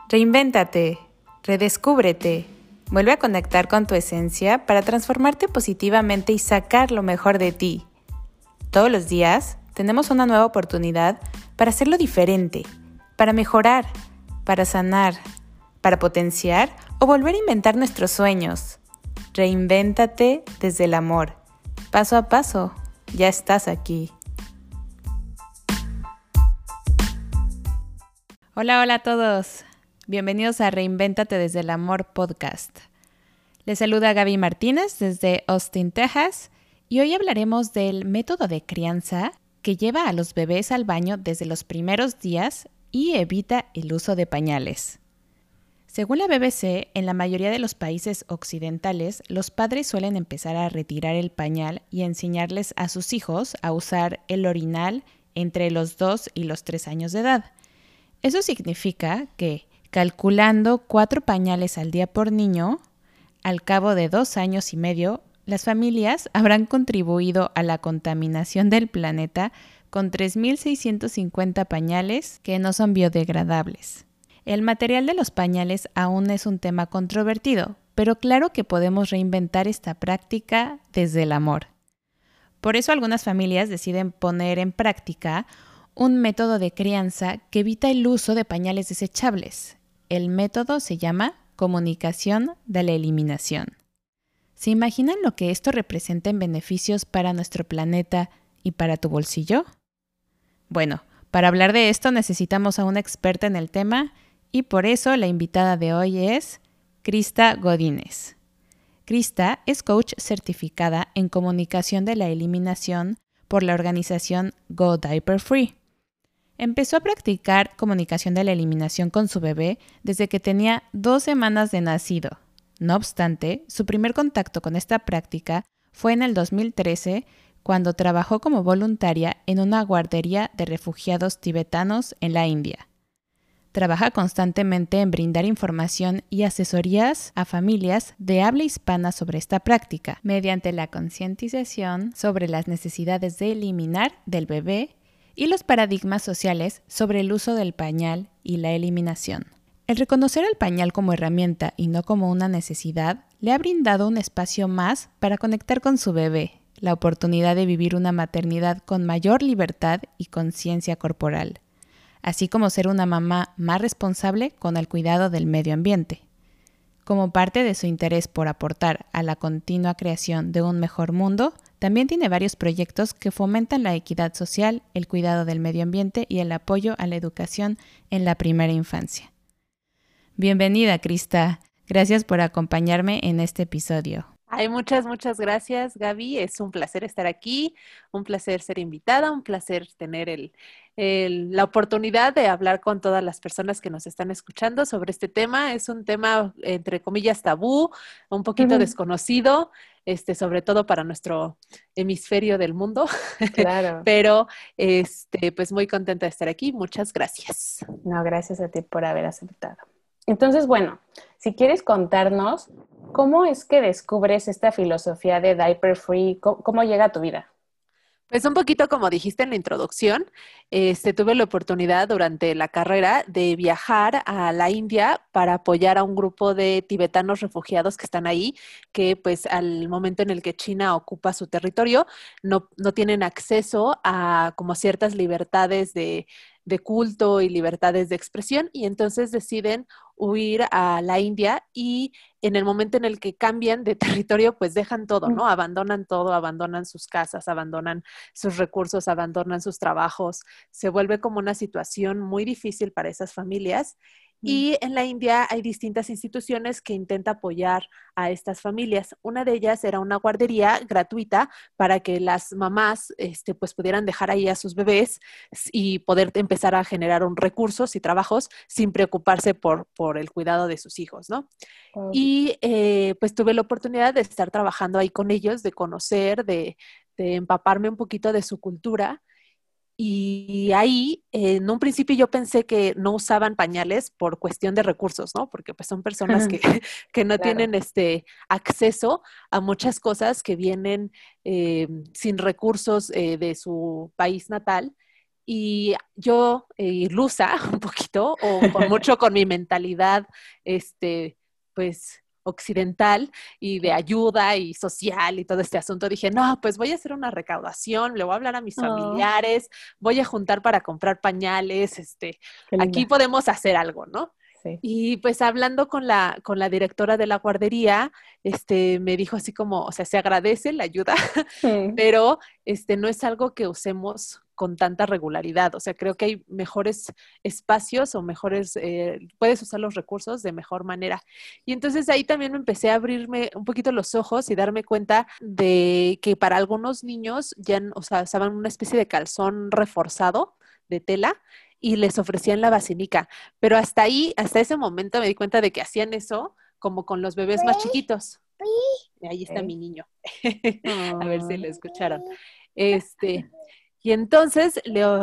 Reinvéntate, redescúbrete, vuelve a conectar con tu esencia para transformarte positivamente y sacar lo mejor de ti. Todos los días tenemos una nueva oportunidad para hacerlo diferente, para mejorar, para sanar, para potenciar o volver a inventar nuestros sueños. Reinvéntate desde el amor. Paso a paso, ya estás aquí. Hola a todos. Bienvenidos a Reinvéntate desde el Amor podcast. Les saluda Gaby Martínez desde Austin, Texas, y hoy hablaremos del método de crianza que lleva a los bebés al baño desde los primeros días y evita el uso de pañales. Según la BBC, en la mayoría de los países occidentales, los padres suelen empezar a retirar el pañal y enseñarles a sus hijos a usar el orinal entre los 2 y los 3 años de edad. Eso significa que, calculando 4 pañales al día por niño, al cabo de 2 años y medio, las familias habrán contribuido a la contaminación del planeta con 3.650 pañales que no son biodegradables. El material de los pañales aún es un tema controvertido, pero claro que podemos reinventar esta práctica desde el amor. Por eso algunas familias deciden poner en práctica un método de crianza que evita el uso de pañales desechables. El método se llama comunicación de la eliminación. ¿Se imaginan lo que esto representa en beneficios para nuestro planeta y para tu bolsillo? Bueno, para hablar de esto necesitamos a una experta en el tema y por eso la invitada de hoy es Krista Godínez. Krista es coach certificada en comunicación de la eliminación por la organización Go Diaper Free. Empezó a practicar comunicación de la eliminación con su bebé desde que tenía 2 semanas de nacido. No obstante, su primer contacto con esta práctica fue en el 2013, cuando trabajó como voluntaria en una guardería de refugiados tibetanos en la India. Trabaja constantemente en brindar información y asesorías a familias de habla hispana sobre esta práctica, mediante la concientización sobre las necesidades de eliminar del bebé y los paradigmas sociales sobre el uso del pañal y la eliminación. El reconocer al pañal como herramienta y no como una necesidad le ha brindado un espacio más para conectar con su bebé, la oportunidad de vivir una maternidad con mayor libertad y conciencia corporal, así como ser una mamá más responsable con el cuidado del medio ambiente. Como parte de su interés por aportar a la continua creación de un mejor mundo, también tiene varios proyectos que fomentan la equidad social, el cuidado del medio ambiente y el apoyo a la educación en la primera infancia. Bienvenida, Krista. Gracias por acompañarme en este episodio. Ay, muchas gracias, Gaby. Es un placer estar aquí, un placer ser invitada, un placer tener la oportunidad de hablar con todas las personas que nos están escuchando sobre este tema. Es un tema, entre comillas, tabú, un poquito desconocido, sobre todo para nuestro hemisferio del mundo. Claro. Pero, pues muy contenta de estar aquí. Muchas gracias. No, gracias a ti por haber aceptado. Entonces, bueno, si quieres contarnos, ¿cómo es que descubres esta filosofía de Diaper Free? ¿Cómo llega a tu vida? Pues un poquito como dijiste en la introducción, tuve la oportunidad durante la carrera de viajar a la India para apoyar a un grupo de tibetanos refugiados que están ahí, que pues al momento en el que China ocupa su territorio, no tienen acceso a como ciertas libertades de culto y libertades de expresión, y entonces deciden huir a la India y en el momento en el que cambian de territorio, pues dejan todo, ¿no? Abandonan todo, abandonan sus casas, abandonan sus recursos, abandonan sus trabajos. Se vuelve como una situación muy difícil para esas familias. Y en la India hay distintas instituciones que intentan apoyar a estas familias. Una de ellas era una guardería gratuita para que las mamás pues pudieran dejar ahí a sus bebés y poder empezar a generar recursos y trabajos sin preocuparse por el cuidado de sus hijos, ¿no? Y pues tuve la oportunidad de estar trabajando ahí con ellos, de conocer, de empaparme un poquito de su cultura. Y ahí, en un principio yo pensé que no usaban pañales por cuestión de recursos, ¿no? Porque pues son personas que no Claro. tienen acceso a muchas cosas que vienen sin recursos de su país natal. Y yo, ilusa un poquito, o con mucho con mi mentalidad, pues, occidental y de ayuda y social y todo este asunto, dije, no, pues voy a hacer una recaudación, le voy a hablar a mis familiares, voy a juntar para comprar pañales, aquí podemos hacer algo, ¿no? Sí. Y pues hablando con la directora de la guardería, me dijo así como, o sea, se agradece la ayuda, pero no es algo que usemos con tanta regularidad. O sea, creo que hay mejores espacios o mejores, puedes usar los recursos de mejor manera. Y entonces ahí también me empecé a abrirme un poquito los ojos y darme cuenta de que para algunos niños ya, o sea, usaban una especie de calzón reforzado de tela y les ofrecían la vacinica. Pero hasta ahí, hasta ese momento me di cuenta de que hacían eso como con los bebés más chiquitos. Y ahí está mi niño. A ver si lo escucharon. Y entonces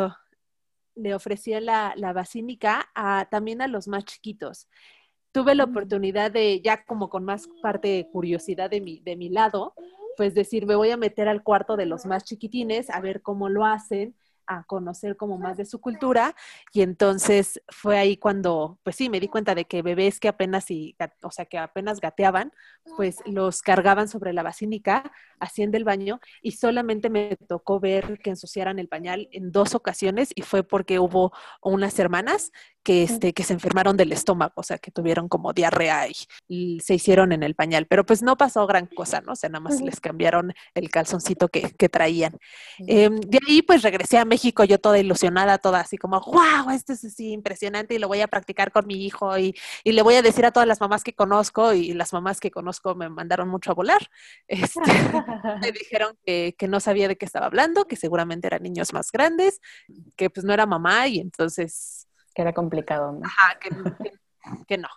le ofrecía la vacinica también a los más chiquitos. Tuve la oportunidad de, ya como con más parte de curiosidad de mi lado, pues decir, me voy a meter al cuarto de los más chiquitines a ver cómo lo hacen, a conocer como más de su cultura. Y entonces fue ahí cuando, pues sí, me di cuenta de que bebés que apenas, o sea, que apenas gateaban, pues los cargaban sobre la basílica, hacían del baño y solamente me tocó ver que ensuciaran el pañal en 2 ocasiones y fue porque hubo unas hermanas que se enfermaron del estómago, o sea, que tuvieron como diarrea y se hicieron en el pañal, pero pues no pasó gran cosa, ¿no? O sea, nada más les cambiaron el calzoncito que traían. De ahí pues regresé a México, yo toda ilusionada, toda así como, wow, esto es así impresionante y lo voy a practicar con mi hijo y le voy a decir a todas las mamás que conozco y las mamás que conozco me mandaron mucho a volar. Me dijeron que no sabía de qué estaba hablando, que seguramente eran niños más grandes, que pues no era mamá y entonces... Que era complicado, ¿no? Ajá, que no.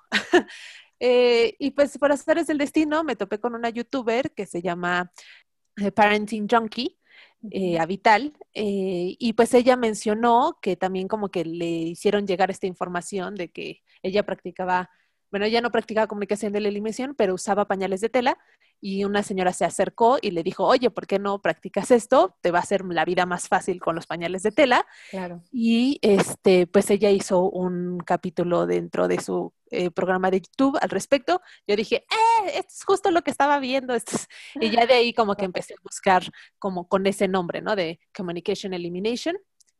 Y pues por azares del destino me topé con una youtuber que se llama Parenting Junkie, a Vital, y pues ella mencionó que también como que le hicieron llegar esta información de que ella practicaba, bueno, ella no practicaba comunicación de la eliminación, pero usaba pañales de tela y una señora se acercó y le dijo, oye, ¿por qué no practicas esto? Te va a hacer la vida más fácil con los pañales de tela. Claro. Y pues ella hizo un capítulo dentro de su programa de YouTube al respecto. Yo dije, esto es justo lo que estaba viendo. Y ya de ahí como que empecé a buscar como con ese nombre, ¿no? De Communication Elimination.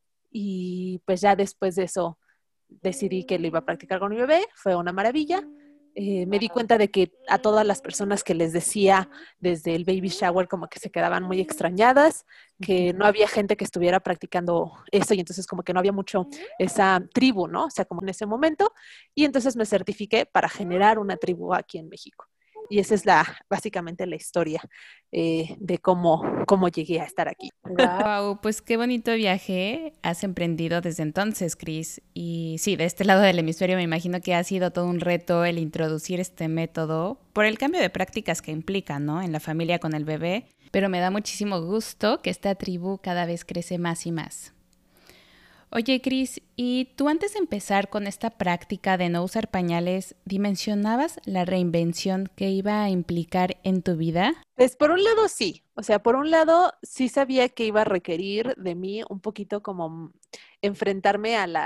Y pues ya después de eso decidí que lo iba a practicar con mi bebé. Fue una maravilla. Me di cuenta de que a todas las personas que les decía desde el baby shower como que se quedaban muy extrañadas, que no había gente que estuviera practicando eso y entonces como que no había mucho esa tribu, ¿no? O sea, como en ese momento. Y entonces me certifiqué para generar una tribu aquí en México. Y esa es básicamente la historia de cómo llegué a estar aquí. Wow, pues qué bonito viaje has emprendido desde entonces, Cris. Y sí, de este lado del hemisferio me imagino que ha sido todo un reto el introducir este método por el cambio de prácticas que implica, ¿no? En la familia con el bebé. Pero me da muchísimo gusto que esta tribu cada vez crece más y más. Oye, Cris, ¿y tú antes de empezar con esta práctica de no usar pañales, dimensionabas la reinvención que iba a implicar en tu vida? Pues por un lado sí, o sea, por un lado sí sabía que iba a requerir de mí un poquito como enfrentarme a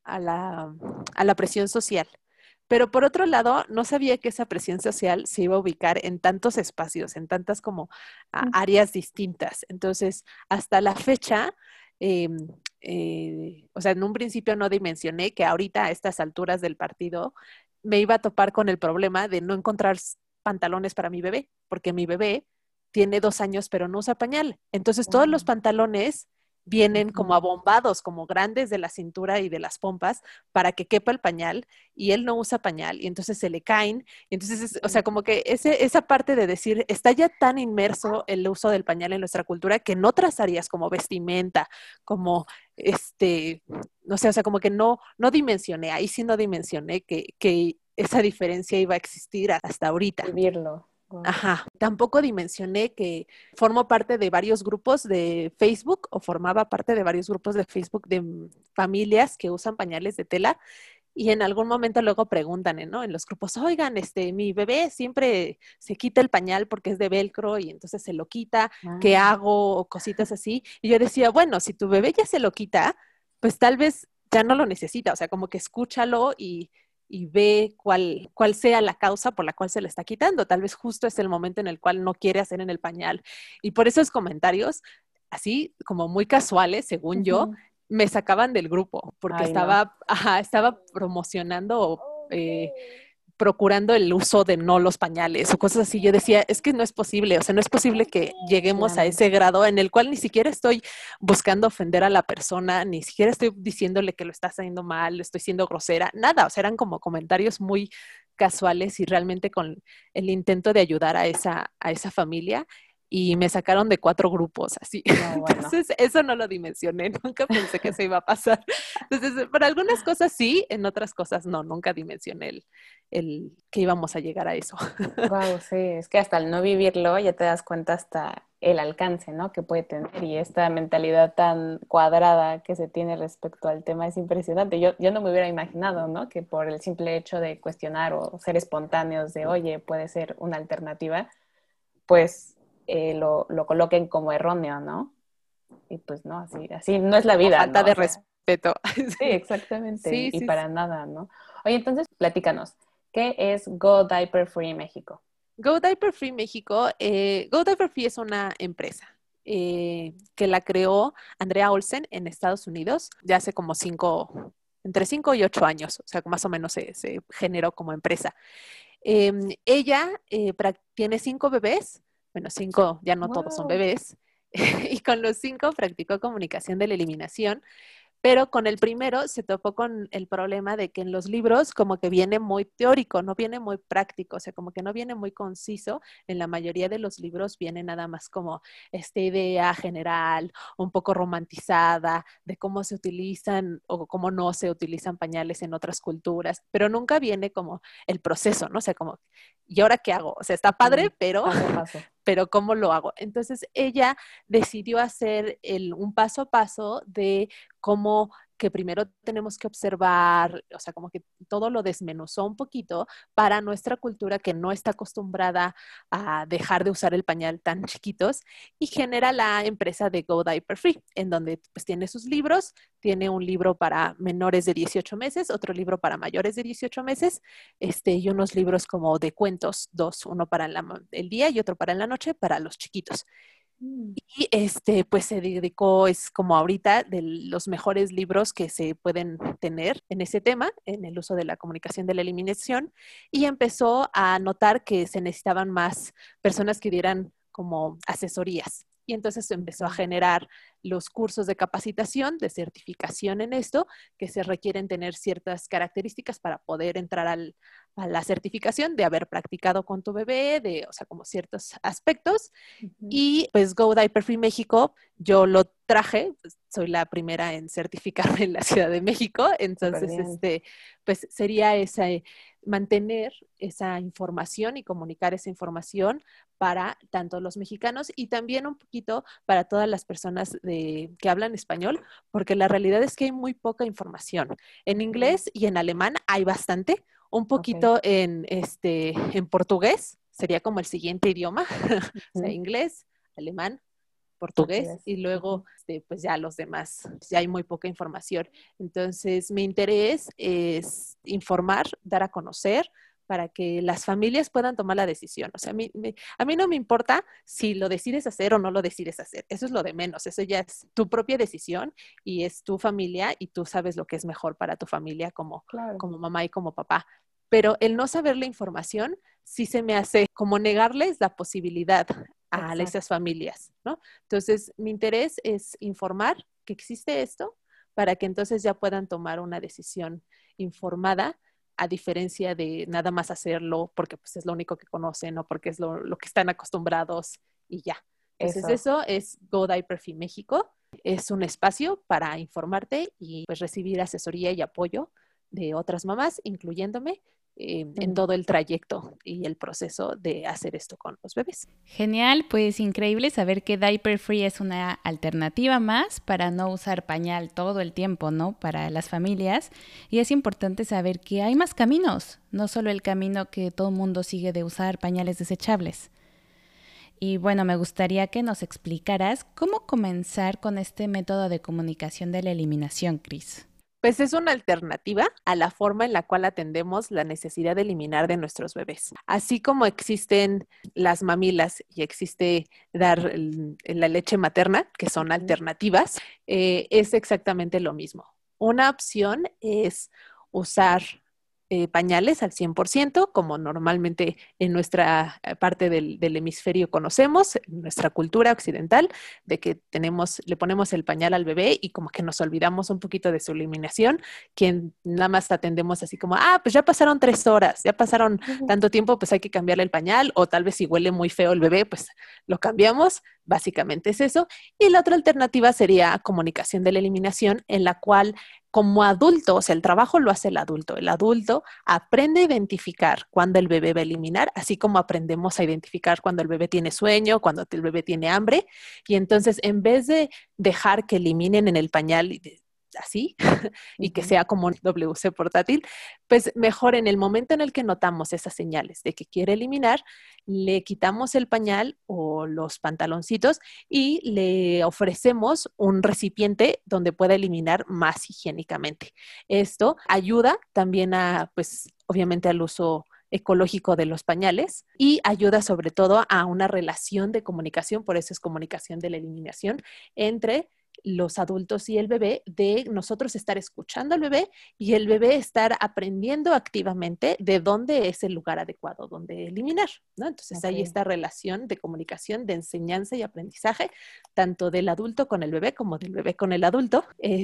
la presión social. Pero por otro lado, no sabía que esa presión social se iba a ubicar en tantos espacios, en tantas como áreas distintas. Entonces, hasta la fecha, eh, o sea, en un principio no dimensioné que ahorita a estas alturas del partido me iba a topar con el problema de no encontrar pantalones para mi bebé, porque mi bebé tiene 2 años pero no usa pañal. Entonces todos los pantalones vienen como abombados, como grandes de la cintura y de las pompas para que quepa el pañal y él no usa pañal y entonces se le caen. Y entonces, o sea, como que esa parte de decir, está ya tan inmerso el uso del pañal en nuestra cultura que en otras áreas como vestimenta, como no sé, o sea, como que no dimensioné, ahí sí no dimensioné que esa diferencia iba a existir hasta ahorita. Vivirlo. Wow. Ajá, tampoco dimensioné que formo parte de varios grupos de Facebook o formaba parte de varios grupos de Facebook de familias que usan pañales de tela y en algún momento luego preguntan, ¿no? En los grupos, oigan, mi bebé siempre se quita el pañal porque es de velcro y entonces se lo quita, ¿qué hago? O cositas así. Y yo decía, bueno, si tu bebé ya se lo quita, pues tal vez ya no lo necesita, o sea, como que escúchalo y ve cuál sea la causa por la cual se le está quitando. Tal vez justo es el momento en el cual no quiere hacer en el pañal. Y por esos comentarios, así como muy casuales, según yo, me sacaban del grupo porque Ay, no. estaba promocionando procurando el uso de no los pañales o cosas así. Yo decía, es que no es posible, o sea, no es posible que lleguemos a ese grado en el cual ni siquiera estoy buscando ofender a la persona, ni siquiera estoy diciéndole que lo está haciendo mal, estoy siendo grosera, nada, o sea, eran como comentarios muy casuales y realmente con el intento de ayudar a esa familia. Y me sacaron de 4 grupos, así. No, bueno. Entonces, eso no lo dimensioné, nunca pensé que eso iba a pasar. Entonces, para algunas cosas sí, en otras cosas no, nunca dimensioné el que íbamos a llegar a eso. Wow, sí, es que hasta el no vivirlo ya te das cuenta hasta el alcance, ¿no? Que puede tener y esta mentalidad tan cuadrada que se tiene respecto al tema es impresionante. Yo no me hubiera imaginado, ¿no? Que por el simple hecho de cuestionar o ser espontáneos de, oye, puede ser una alternativa, pues lo coloquen como erróneo, ¿no? Y pues no, así no es la Como vida, falta ¿no? de O sea, respeto. sí, exactamente, Sí, y sí, para sí. nada, ¿no? Oye, entonces platícanos, ¿qué es Go Diaper Free México? Go Diaper Free México, Go Diaper Free es una empresa que la creó Andrea Olsen en Estados Unidos ya hace como entre 5 y 8 años, o sea, más o menos se generó como empresa. Ella tiene 5 bebés, bueno, 5, ya no todos son Wow. bebés, y con los 5 practicó comunicación de la eliminación, pero con el primero se topó con el problema de que en los libros como que viene muy teórico, no viene muy práctico, o sea, como que no viene muy conciso. En la mayoría de los libros viene nada más como esta idea general, un poco romantizada de cómo se utilizan o cómo no se utilizan pañales en otras culturas, pero nunca viene como el proceso, ¿no? O sea, como, ¿y ahora qué hago? O sea, está padre, pero Paso a paso. pero ¿cómo lo hago? Entonces ella decidió hacer un paso a paso de cómo que primero tenemos que observar, o sea, como que todo lo desmenuzó un poquito para nuestra cultura que no está acostumbrada a dejar de usar el pañal tan chiquitos y genera la empresa de Go Diaper Free, en donde pues tiene sus libros, tiene un libro para menores de 18 meses, otro libro para mayores de 18 meses, y unos libros como de cuentos, uno para el día y otro para la noche para los chiquitos. Y pues se dedicó, es como ahorita de los mejores libros que se pueden tener en ese tema, en el uso de la comunicación de la eliminación, y empezó a notar que se necesitaban más personas que dieran como asesorías. Y entonces empezó a generar los cursos de capacitación, de certificación en esto, que se requieren tener ciertas características para poder entrar a la certificación de haber practicado con tu bebé, o sea, como ciertos aspectos. Y pues Go Diaper Free México, yo lo traje, pues, soy la primera en certificarme en la Ciudad de México, Súper entonces bien. pues sería mantener esa información y comunicar esa información para tanto los mexicanos y también un poquito para todas las personas que hablan español, porque la realidad es que hay muy poca información. En inglés y en alemán hay bastante, un Ok. poquito en portugués, sería como el siguiente idioma, o sea, inglés, alemán, portugués Portugués. y luego pues ya los demás, pues ya hay muy poca información. Entonces, mi interés es informar, dar a conocer para que las familias puedan tomar la decisión. O sea, a mí no me importa si lo decides hacer o no lo decides hacer. Eso es lo de menos. Eso ya es tu propia decisión y es tu familia y tú sabes lo que es mejor para tu familia Claro. como mamá y como papá. Pero el no saber la información sí se me hace como negarles la posibilidad a esas Exacto. familias, ¿no? Entonces, mi interés es informar que existe esto para que entonces ya puedan tomar una decisión informada, a diferencia de nada más hacerlo porque pues, es lo único que conocen o porque es lo que están acostumbrados y ya. Entonces, Eso. eso es Go Diaper Free México. Es un espacio para informarte y pues, recibir asesoría y apoyo de otras mamás, incluyéndome, en todo el trayecto y el proceso de hacer esto con los bebés. Genial, pues increíble saber que Diaper Free es una alternativa más para no usar pañal todo el tiempo, ¿no? Para las familias. Y es importante saber que hay más caminos, no solo el camino que todo el mundo sigue de usar pañales desechables. Y bueno, me gustaría que nos explicaras cómo comenzar con este método de comunicación de la eliminación, Cris. Pues es una alternativa a la forma en la cual atendemos la necesidad de eliminar de nuestros bebés. Así como existen las mamilas y existe dar la leche materna, que son alternativas, es exactamente lo mismo. Una opción es usar pañales al 100%, como normalmente en nuestra parte del hemisferio conocemos, en nuestra cultura occidental, de que le ponemos el pañal al bebé y como que nos olvidamos un poquito de su eliminación, quien nada más atendemos así como, pues ya pasaron 3 horas, ya pasaron tanto tiempo, pues hay que cambiarle el pañal, o tal vez si huele muy feo el bebé, pues lo cambiamos, básicamente es eso. Y la otra alternativa sería comunicación de la eliminación, en la cual como adulto, o sea, el trabajo lo hace el adulto aprende a identificar cuando el bebé va a eliminar, así como aprendemos a identificar cuando el bebé tiene sueño, cuando el bebé tiene hambre, y entonces en vez de dejar que eliminen en el pañal así y que sea como un WC portátil, pues mejor en el momento en el que notamos esas señales de que quiere eliminar, le quitamos el pañal o los pantaloncitos y le ofrecemos un recipiente donde pueda eliminar más higiénicamente. Esto ayuda también a, pues obviamente al uso ecológico de los pañales y ayuda sobre todo a una relación de comunicación, por eso es comunicación de la eliminación, entre los adultos y el bebé, de nosotros estar escuchando al bebé y el bebé estar aprendiendo activamente de dónde es el lugar adecuado donde eliminar, ¿no? Entonces hay esta relación de comunicación, de enseñanza y aprendizaje, tanto del adulto con el bebé como del bebé con el adulto,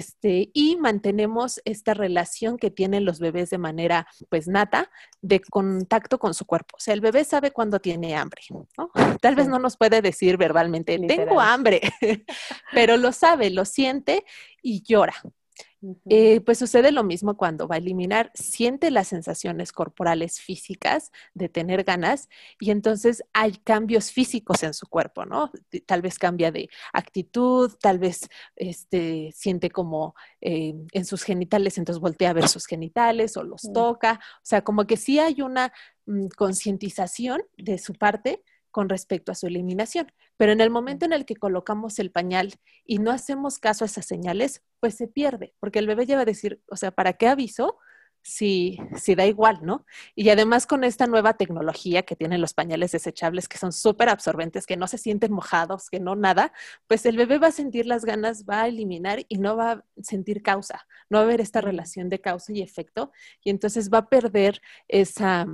y mantenemos esta relación que tienen los bebés de manera pues nata, de contacto con su cuerpo. O sea, el bebé sabe cuando tiene hambre, ¿no? Tal vez no nos puede decir verbalmente, Literal. tengo hambre, pero lo sabe, lo siente y llora. Pues sucede lo mismo cuando va a eliminar, siente las sensaciones corporales físicas de tener ganas y entonces hay cambios físicos en su cuerpo, ¿no? Tal vez cambia de actitud, tal vez siente como en sus genitales, entonces voltea a ver sus genitales o los toca, o sea, como que sí hay una concientización de su parte con respecto a su eliminación. Pero en el momento en el que colocamos el pañal y no hacemos caso a esas señales, pues se pierde, porque el bebé ya va a decir, o sea, ¿para qué aviso? Si da igual, ¿no? Y además con esta nueva tecnología que tienen los pañales desechables, que son súper absorbentes, que no se sienten mojados, que no nada, pues el bebé va a sentir las ganas, va a eliminar y no va a sentir causa, no va a haber esta relación de causa y efecto, y entonces va a perder esa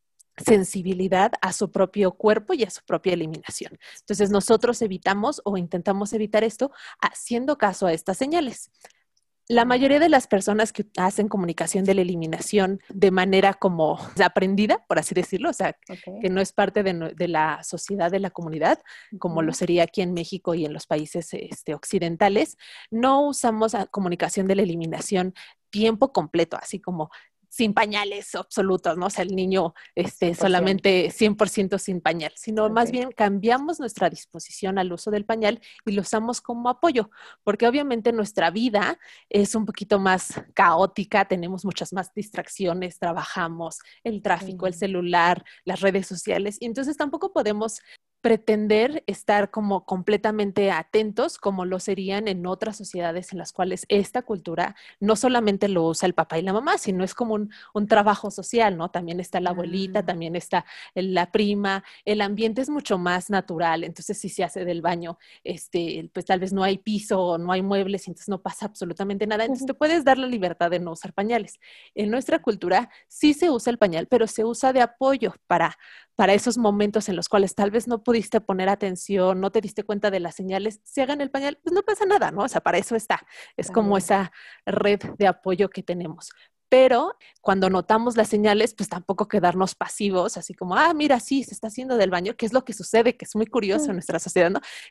sensibilidad a su propio cuerpo y a su propia eliminación. Entonces nosotros evitamos o intentamos evitar esto haciendo caso a estas señales. La mayoría de las personas que hacen comunicación de la eliminación de manera como aprendida, por así decirlo, o sea, que no es parte de la sociedad, de la comunidad, como lo sería aquí en México y en los países occidentales, no usamos comunicación de la eliminación tiempo completo, así como sin pañales absolutos, ¿no? O sea, el niño solamente 100% sin pañal, sino más bien cambiamos nuestra disposición al uso del pañal y lo usamos como apoyo, porque obviamente nuestra vida es un poquito más caótica, tenemos muchas más distracciones, trabajamos, el tráfico, el celular, las redes sociales, y entonces tampoco podemos pretender estar como completamente atentos como lo serían en otras sociedades en las cuales esta cultura no solamente lo usa el papá y la mamá, sino es como un trabajo social, ¿no? También está la abuelita, también está la prima, el ambiente es mucho más natural, entonces si se hace del baño, pues tal vez no hay piso, no hay muebles, entonces no pasa absolutamente nada, entonces te puedes dar la libertad de no usar pañales. En nuestra cultura sí se usa el pañal, pero se usa de apoyo para esos momentos en los cuales tal vez no pudiste poner atención, no te diste cuenta de las señales, si hagan el pañal, pues no pasa nada, ¿no? O sea, para eso está. Es como esa red de apoyo que tenemos. Pero cuando notamos las señales, pues tampoco quedarnos pasivos, así como, mira, sí, se está haciendo del baño, que es lo que sucede, que es muy curioso en nuestra sociedad, ¿no?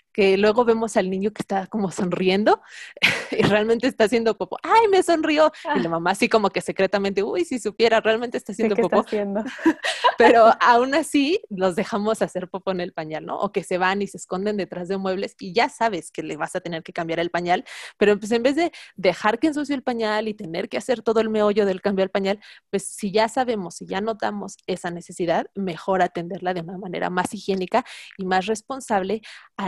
que luego vemos al niño que está como sonriendo y realmente está haciendo popó. ¡Ay, me sonrió! Y la mamá así como que secretamente, uy, si supiera, realmente está Sí, haciendo ¿qué está popó. haciendo? Pero aún así los dejamos hacer popó en el pañal, ¿no? O que se van y se esconden detrás de muebles y ya sabes que le vas a tener que cambiar el pañal, pero pues en vez de dejar que ensucie el pañal y tener que hacer todo el meollo del cambio al pañal, pues si ya sabemos, si ya notamos esa necesidad, mejor atenderla de una manera más higiénica y más responsable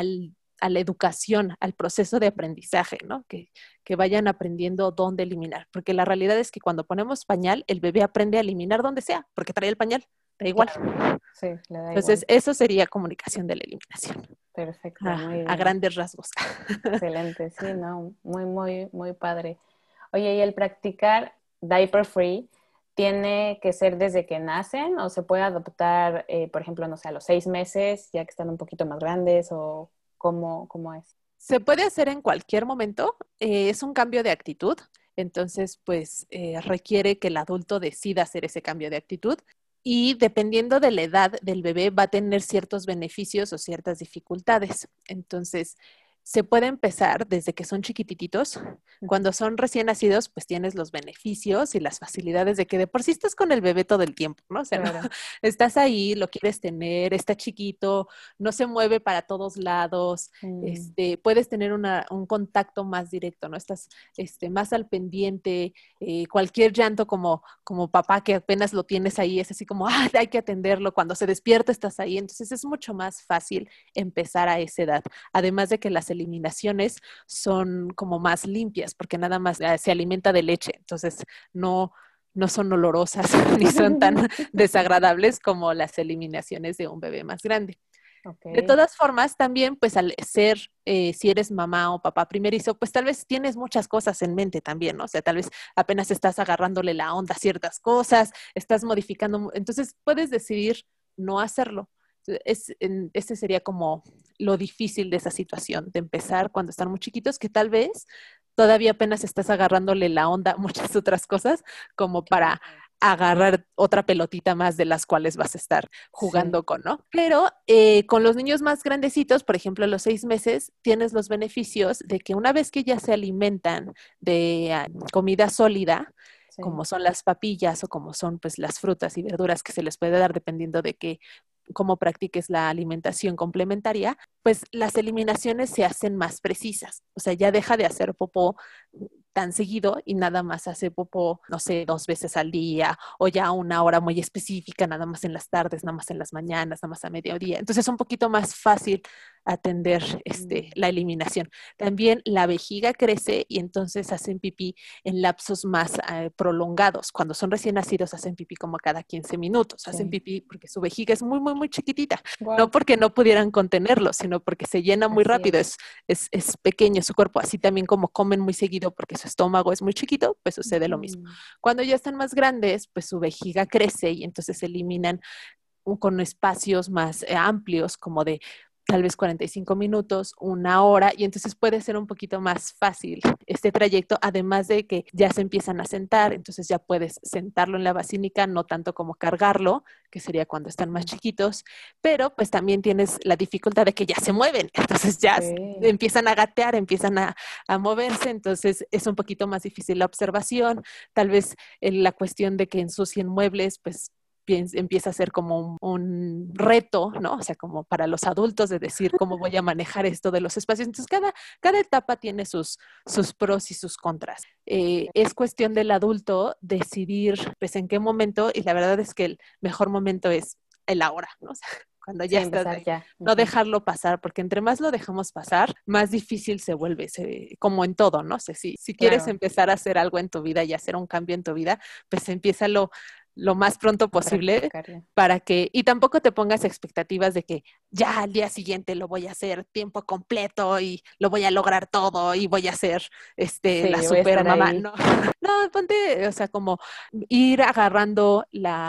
a la educación, al proceso de aprendizaje, ¿no? Que vayan aprendiendo dónde eliminar, porque la realidad es que cuando ponemos pañal, el bebé aprende a eliminar donde sea, porque trae el pañal, da igual. Claro. Sí, le da Entonces, igual. eso sería comunicación de la eliminación, Perfecto, muy a bien. grandes rasgos. Excelente, sí, no, muy, muy, muy padre. Oye, ¿y el practicar diaper free tiene que ser desde que nacen o se puede adoptar, por ejemplo, no sé, a los 6 meses, ya que están un poquito más grandes o cómo es? Se puede hacer en cualquier momento, es un cambio de actitud, entonces pues requiere que el adulto decida hacer ese cambio de actitud y dependiendo de la edad del bebé va a tener ciertos beneficios o ciertas dificultades. Entonces, se puede empezar desde que son chiquititos. Cuando son recién nacidos, pues tienes los beneficios y las facilidades de que de por sí estás con el bebé todo el tiempo, ¿no? O sea, Claro. no, estás ahí, lo quieres tener, está chiquito, no se mueve para todos lados, Mm, puedes tener un contacto más directo, ¿no? Estás más al pendiente, cualquier llanto como papá que apenas lo tienes ahí, es así como, ah, hay que atenderlo, cuando se despierta estás ahí, entonces es mucho más fácil empezar a esa edad, además de que las eliminaciones son como más limpias, porque nada más se alimenta de leche, entonces no, no son olorosas ni son tan desagradables como las eliminaciones de un bebé más grande. De ok. todas formas, también, pues al ser, si eres mamá o papá primerizo, pues tal vez tienes muchas cosas en mente también, ¿no? O sea, tal vez apenas estás agarrándole la onda a ciertas cosas, estás modificando, entonces puedes decidir no hacerlo. Ese sería como lo difícil de esa situación, de empezar cuando están muy chiquitos, que tal vez todavía apenas estás agarrándole la onda a muchas otras cosas, como para Claro. agarrar otra pelotita más de las cuales vas a estar Sí. jugando con, ¿no? Pero con los niños más grandecitos, por ejemplo, a los 6 meses, tienes los beneficios de que una vez que ya se alimentan de comida sólida, Sí. como son las papillas o como son pues las frutas y verduras que se les puede dar dependiendo de que cómo practiques la alimentación complementaria, pues las eliminaciones se hacen más precisas. O sea, ya deja de hacer popó tan seguido y nada más hace popó, no sé, 2 veces al día o ya a una hora muy específica, nada más en las tardes, nada más en las mañanas, nada más a mediodía. Entonces es un poquito más fácil atender Mm, la eliminación. También la vejiga crece y entonces hacen pipí en lapsos más prolongados. Cuando son recién nacidos hacen pipí como cada 15 minutos. Hacen sí. pipí porque su vejiga es muy, muy, muy chiquitita. No Wow. porque no pudieran contenerlo, sino porque se llena muy Así rápido. es. Es pequeño su cuerpo. Así también como comen muy seguido porque su estómago es muy chiquito, pues sucede lo mismo. Mm, Cuando ya están más grandes, pues su vejiga crece y entonces se eliminan con espacios más amplios, como de tal vez 45 minutos, una hora, y entonces puede ser un poquito más fácil este trayecto, además de que ya se empiezan a sentar, entonces ya puedes sentarlo en la basílica, no tanto como cargarlo, que sería cuando están más chiquitos, pero pues también tienes la dificultad de que ya se mueven, entonces ya sí. empiezan a gatear, empiezan a moverse, entonces es un poquito más difícil la observación, tal vez la cuestión de que ensucien muebles, pues empieza a ser como un reto, ¿no? O sea, como para los adultos de decir cómo voy a manejar esto de los espacios. Entonces, cada etapa tiene sus pros y sus contras. Es cuestión del adulto decidir, pues, en qué momento, y la verdad es que el mejor momento es el ahora, ¿no? O sea, cuando Sí, ya estás empezar ahí. ya. No Ujú. dejarlo pasar, porque entre más lo dejamos pasar, más difícil se vuelve, como en todo, ¿no? O sea, si quieres Claro, empezar a hacer algo en tu vida y hacer un cambio en tu vida, pues empieza lo más pronto a posible practicar ya. para que, y tampoco te pongas expectativas de que ya al día siguiente lo voy a hacer tiempo completo y lo voy a lograr todo y voy a ser la Sí, voy a super estar mamá. ahí. No, no, ponte, o sea, como ir agarrando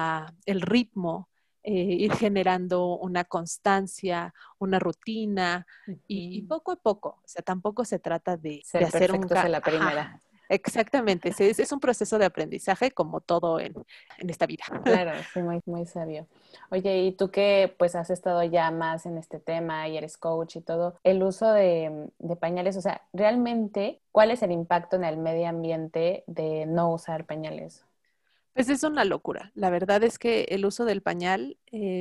el ritmo, ir generando una constancia, una rutina y Ujú. poco a poco, o sea, tampoco se trata de Ser hacer un, perfectos a la ajá, primera. Exactamente, es un proceso de aprendizaje como todo en esta vida. Claro, sí, muy, muy sabio. Oye, y tú que pues has estado ya más en este tema y eres coach y todo, el uso de pañales, o sea, realmente, ¿cuál es el impacto en el medio ambiente de no usar pañales? Pues es una locura. La verdad es que el uso del pañal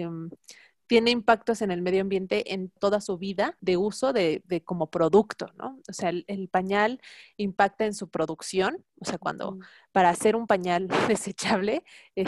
tiene impactos en el medio ambiente en toda su vida de uso de como producto, ¿no? O sea, el pañal impacta en su producción, o sea, cuando Mm, para hacer un pañal desechable,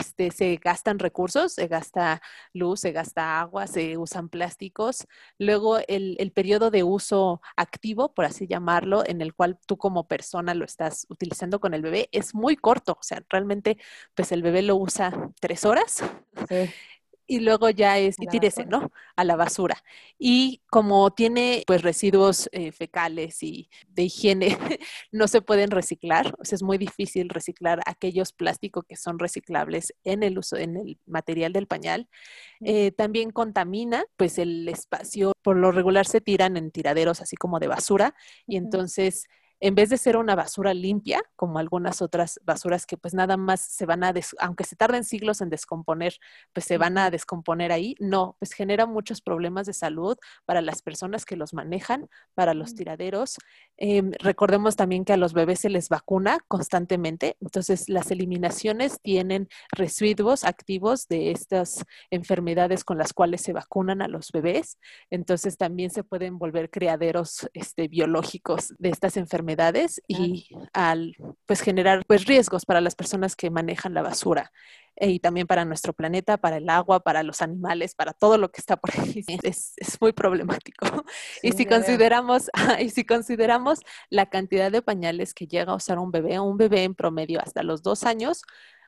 se gastan recursos, se gasta luz, se gasta agua, se usan plásticos. Luego, el periodo de uso activo, por así llamarlo, en el cual tú como persona lo estás utilizando con el bebé, es muy corto. O sea, realmente, pues el bebé lo usa 3 horas sí, y luego ya es, a y la tírese, basura. ¿no? A la basura. Y como tiene pues residuos fecales y de higiene, no se pueden reciclar, o sea, es muy difícil reciclar aquellos plásticos que son reciclables en el uso, en el material del pañal. También contamina pues el espacio, por lo regular se tiran en tiraderos así como de basura y Ujú, entonces en vez de ser una basura limpia, como algunas otras basuras que pues nada más se van a, aunque se tarden siglos en descomponer, pues se van a ujú, descomponer ahí, no, pues genera muchos problemas de salud para las personas que los manejan, para los ujú. tiraderos. Recordemos también que a los bebés se les vacuna constantemente, entonces las eliminaciones tienen residuos activos de estas enfermedades con las cuales se vacunan a los bebés, entonces también se pueden volver criaderos biológicos de estas enfermedades Claro. y al pues generar pues riesgos para las personas que manejan la basura y también para nuestro planeta, para el agua, para los animales, para todo lo que está por ahí. Es muy problemático. Sí, Y si ya veo. consideramos, y si consideramos la cantidad de pañales que llega a usar un bebé en promedio hasta los 2 años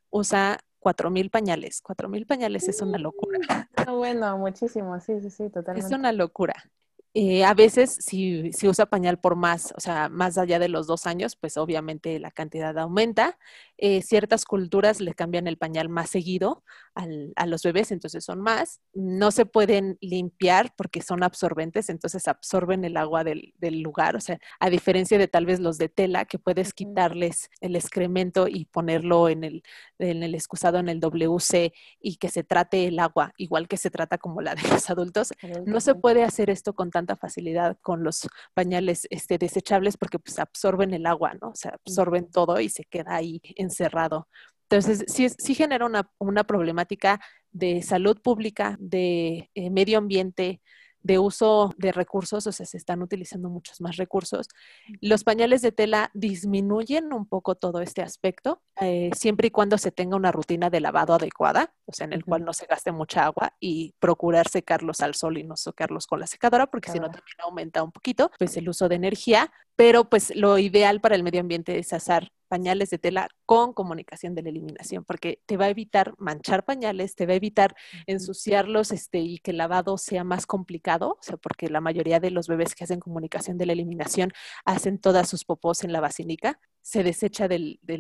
usa 4,000 pañales. 4,000 pañales es una locura. No, bueno, muchísimo, sí, sí, sí, Es totalmente. una locura. A veces, si usa pañal por más, o sea, más allá de los 2 años, pues obviamente la cantidad aumenta. Ciertas culturas le cambian el pañal más seguido a los bebés, entonces son más. No se pueden limpiar porque son absorbentes, entonces absorben el agua del lugar. O sea, a diferencia de tal vez los de tela, que puedes Ujú, quitarles el excremento y ponerlo en el excusado, en el WC, y que se trate el agua, igual que se trata como la de los adultos. No adultos, se sí. puede hacer esto con tanta facilidad con los pañales desechables porque pues absorben el agua, ¿no? O sea, absorben Ujú. todo y se queda ahí encerrado. Entonces, sí genera una problemática de salud pública, de medio ambiente, de uso de recursos, o sea, se están utilizando muchos más recursos. Los pañales de tela disminuyen un poco todo este aspecto, siempre y cuando se tenga una rutina de lavado adecuada, o sea, en el cual Ujú. no se gaste mucha agua y procurar secarlos al sol y no secarlos con la secadora, porque si no Secadora. también aumenta un poquito pues el uso de energía, pero pues lo ideal para el medio ambiente es hacer pañales de tela con comunicación de la eliminación, porque te va a evitar manchar pañales, te va a evitar Ujú. ensuciarlos y que el lavado sea más complicado, o sea, porque la mayoría de los bebés que hacen comunicación de la eliminación hacen todas sus popós en la basílica, se desecha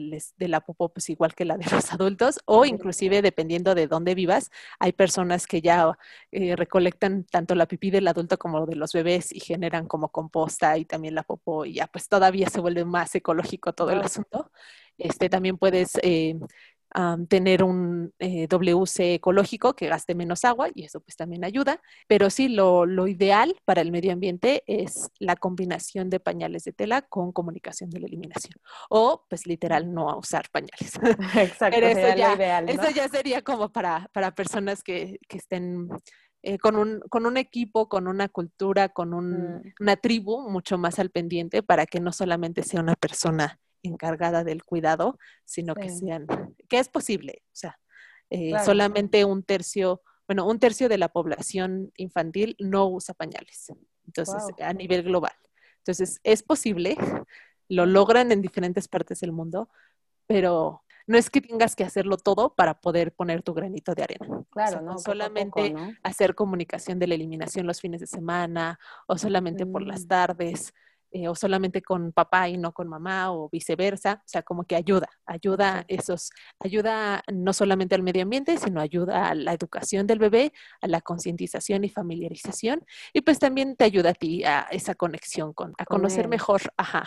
de la popó pues igual que la de los adultos, o Sí. inclusive dependiendo de dónde vivas, hay personas que ya recolectan tanto la pipí del adulto como de los bebés y generan como composta y también la popó y ya pues todavía se vuelve más ecológico todo el Wow. asunto. También puedes tener un WC ecológico que gaste menos agua y eso pues también ayuda, pero sí, lo ideal para el medio ambiente es la combinación de pañales de tela con comunicación de la eliminación o pues literal no usar pañales. Pero Exacto, eso sería lo ya, ideal, ¿no? eso ya sería como para personas que estén con un equipo, con una cultura, con Mm, una tribu mucho más al pendiente para que no solamente sea una persona encargada del cuidado, sino sí, que es posible, o sea, claro. solamente un tercio de la población infantil no usa pañales, entonces, Wow. a nivel global. Entonces, es posible, lo Sí. logran en diferentes partes del mundo, pero no es que tengas que hacerlo todo para poder poner tu granito de arena. O sea, Claro, con ¿no? Poco a poco, solamente ¿no? hacer comunicación de la eliminación los fines de semana o solamente por las Mm, tardes o solamente con papá y no con mamá o viceversa. O sea, como que exacto. ayuda no solamente al medio ambiente, sino ayuda a la educación del bebé, a la concientización y familiarización y pues también te ayuda a ti a esa conexión a Con conocer él. mejor, ajá,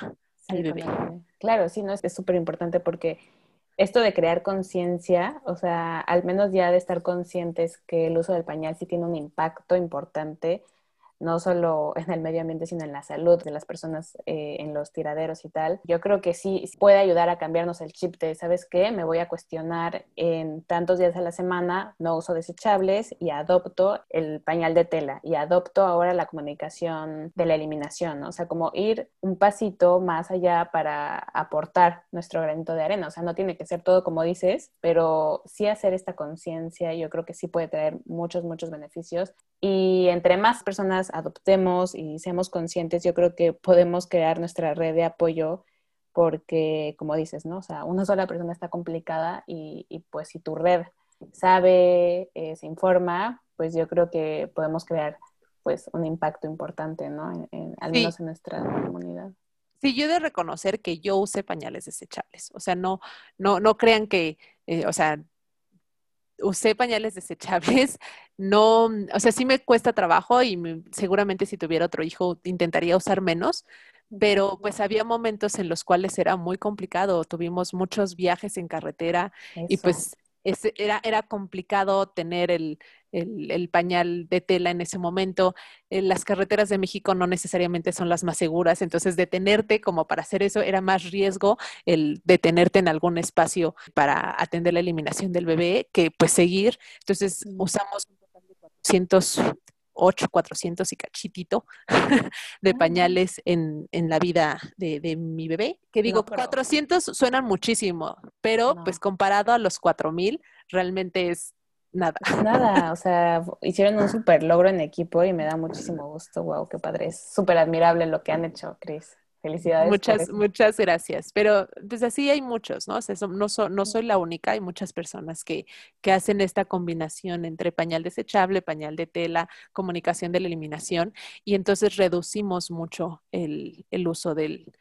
al Sí, con bebé. el bebé. Claro, sí, no, es súper importante porque esto de crear conciencia, o sea, al menos ya de estar conscientes que el uso del pañal sí tiene un impacto importante, no solo en el medio ambiente, sino en la salud de las personas en los tiraderos y tal. Yo creo que sí puede ayudar a cambiarnos el chip de, ¿sabes qué? Me voy a cuestionar en tantos días a la semana, no uso desechables y adopto el pañal de tela y adopto ahora la comunicación de la eliminación, ¿no? O sea, como ir un pasito más allá para aportar nuestro granito de arena. O sea, no tiene que ser todo como dices, pero sí hacer esta conciencia, yo creo que sí puede traer muchos, muchos beneficios. Y entre más personas adoptemos y seamos conscientes, yo creo que podemos crear nuestra red de apoyo porque, como dices, ¿no? O sea, una sola persona está complicada y pues si tu red sabe, se informa, pues yo creo que podemos crear pues un impacto importante, ¿no? Al Sí, menos en nuestra comunidad. sí, yo he de reconocer que yo usé pañales desechables. O sea, no crean que, o sea, usé pañales desechables. No, o sea, sí me cuesta trabajo y seguramente si tuviera otro hijo intentaría usar menos, pero pues había momentos en los cuales era muy complicado. Tuvimos muchos viajes en carretera y Eso. pues era complicado tener el pañal de tela en ese momento. Las carreteras de México no necesariamente son las más seguras, entonces detenerte como para hacer eso era más riesgo el detenerte en algún espacio para atender la eliminación del bebé que pues seguir. Entonces usamos un total de 408, 400 y cachitito de Ah, pañales en la vida de mi bebé, que digo, no, pero 400 suenan muchísimo, pero pues no. comparado a los 4000, realmente es nada. Es nada, o sea, hicieron un súper logro en equipo y me da muchísimo gusto. Wow, qué padre. Es súper admirable lo que han hecho, Chris. Felicidades por Muchas, eso. muchas gracias. Pero pues así hay muchos, ¿no? O sea, no soy la única, hay muchas personas que hacen esta combinación entre pañal desechable, pañal de tela, comunicación de la eliminación, y entonces reducimos mucho el uso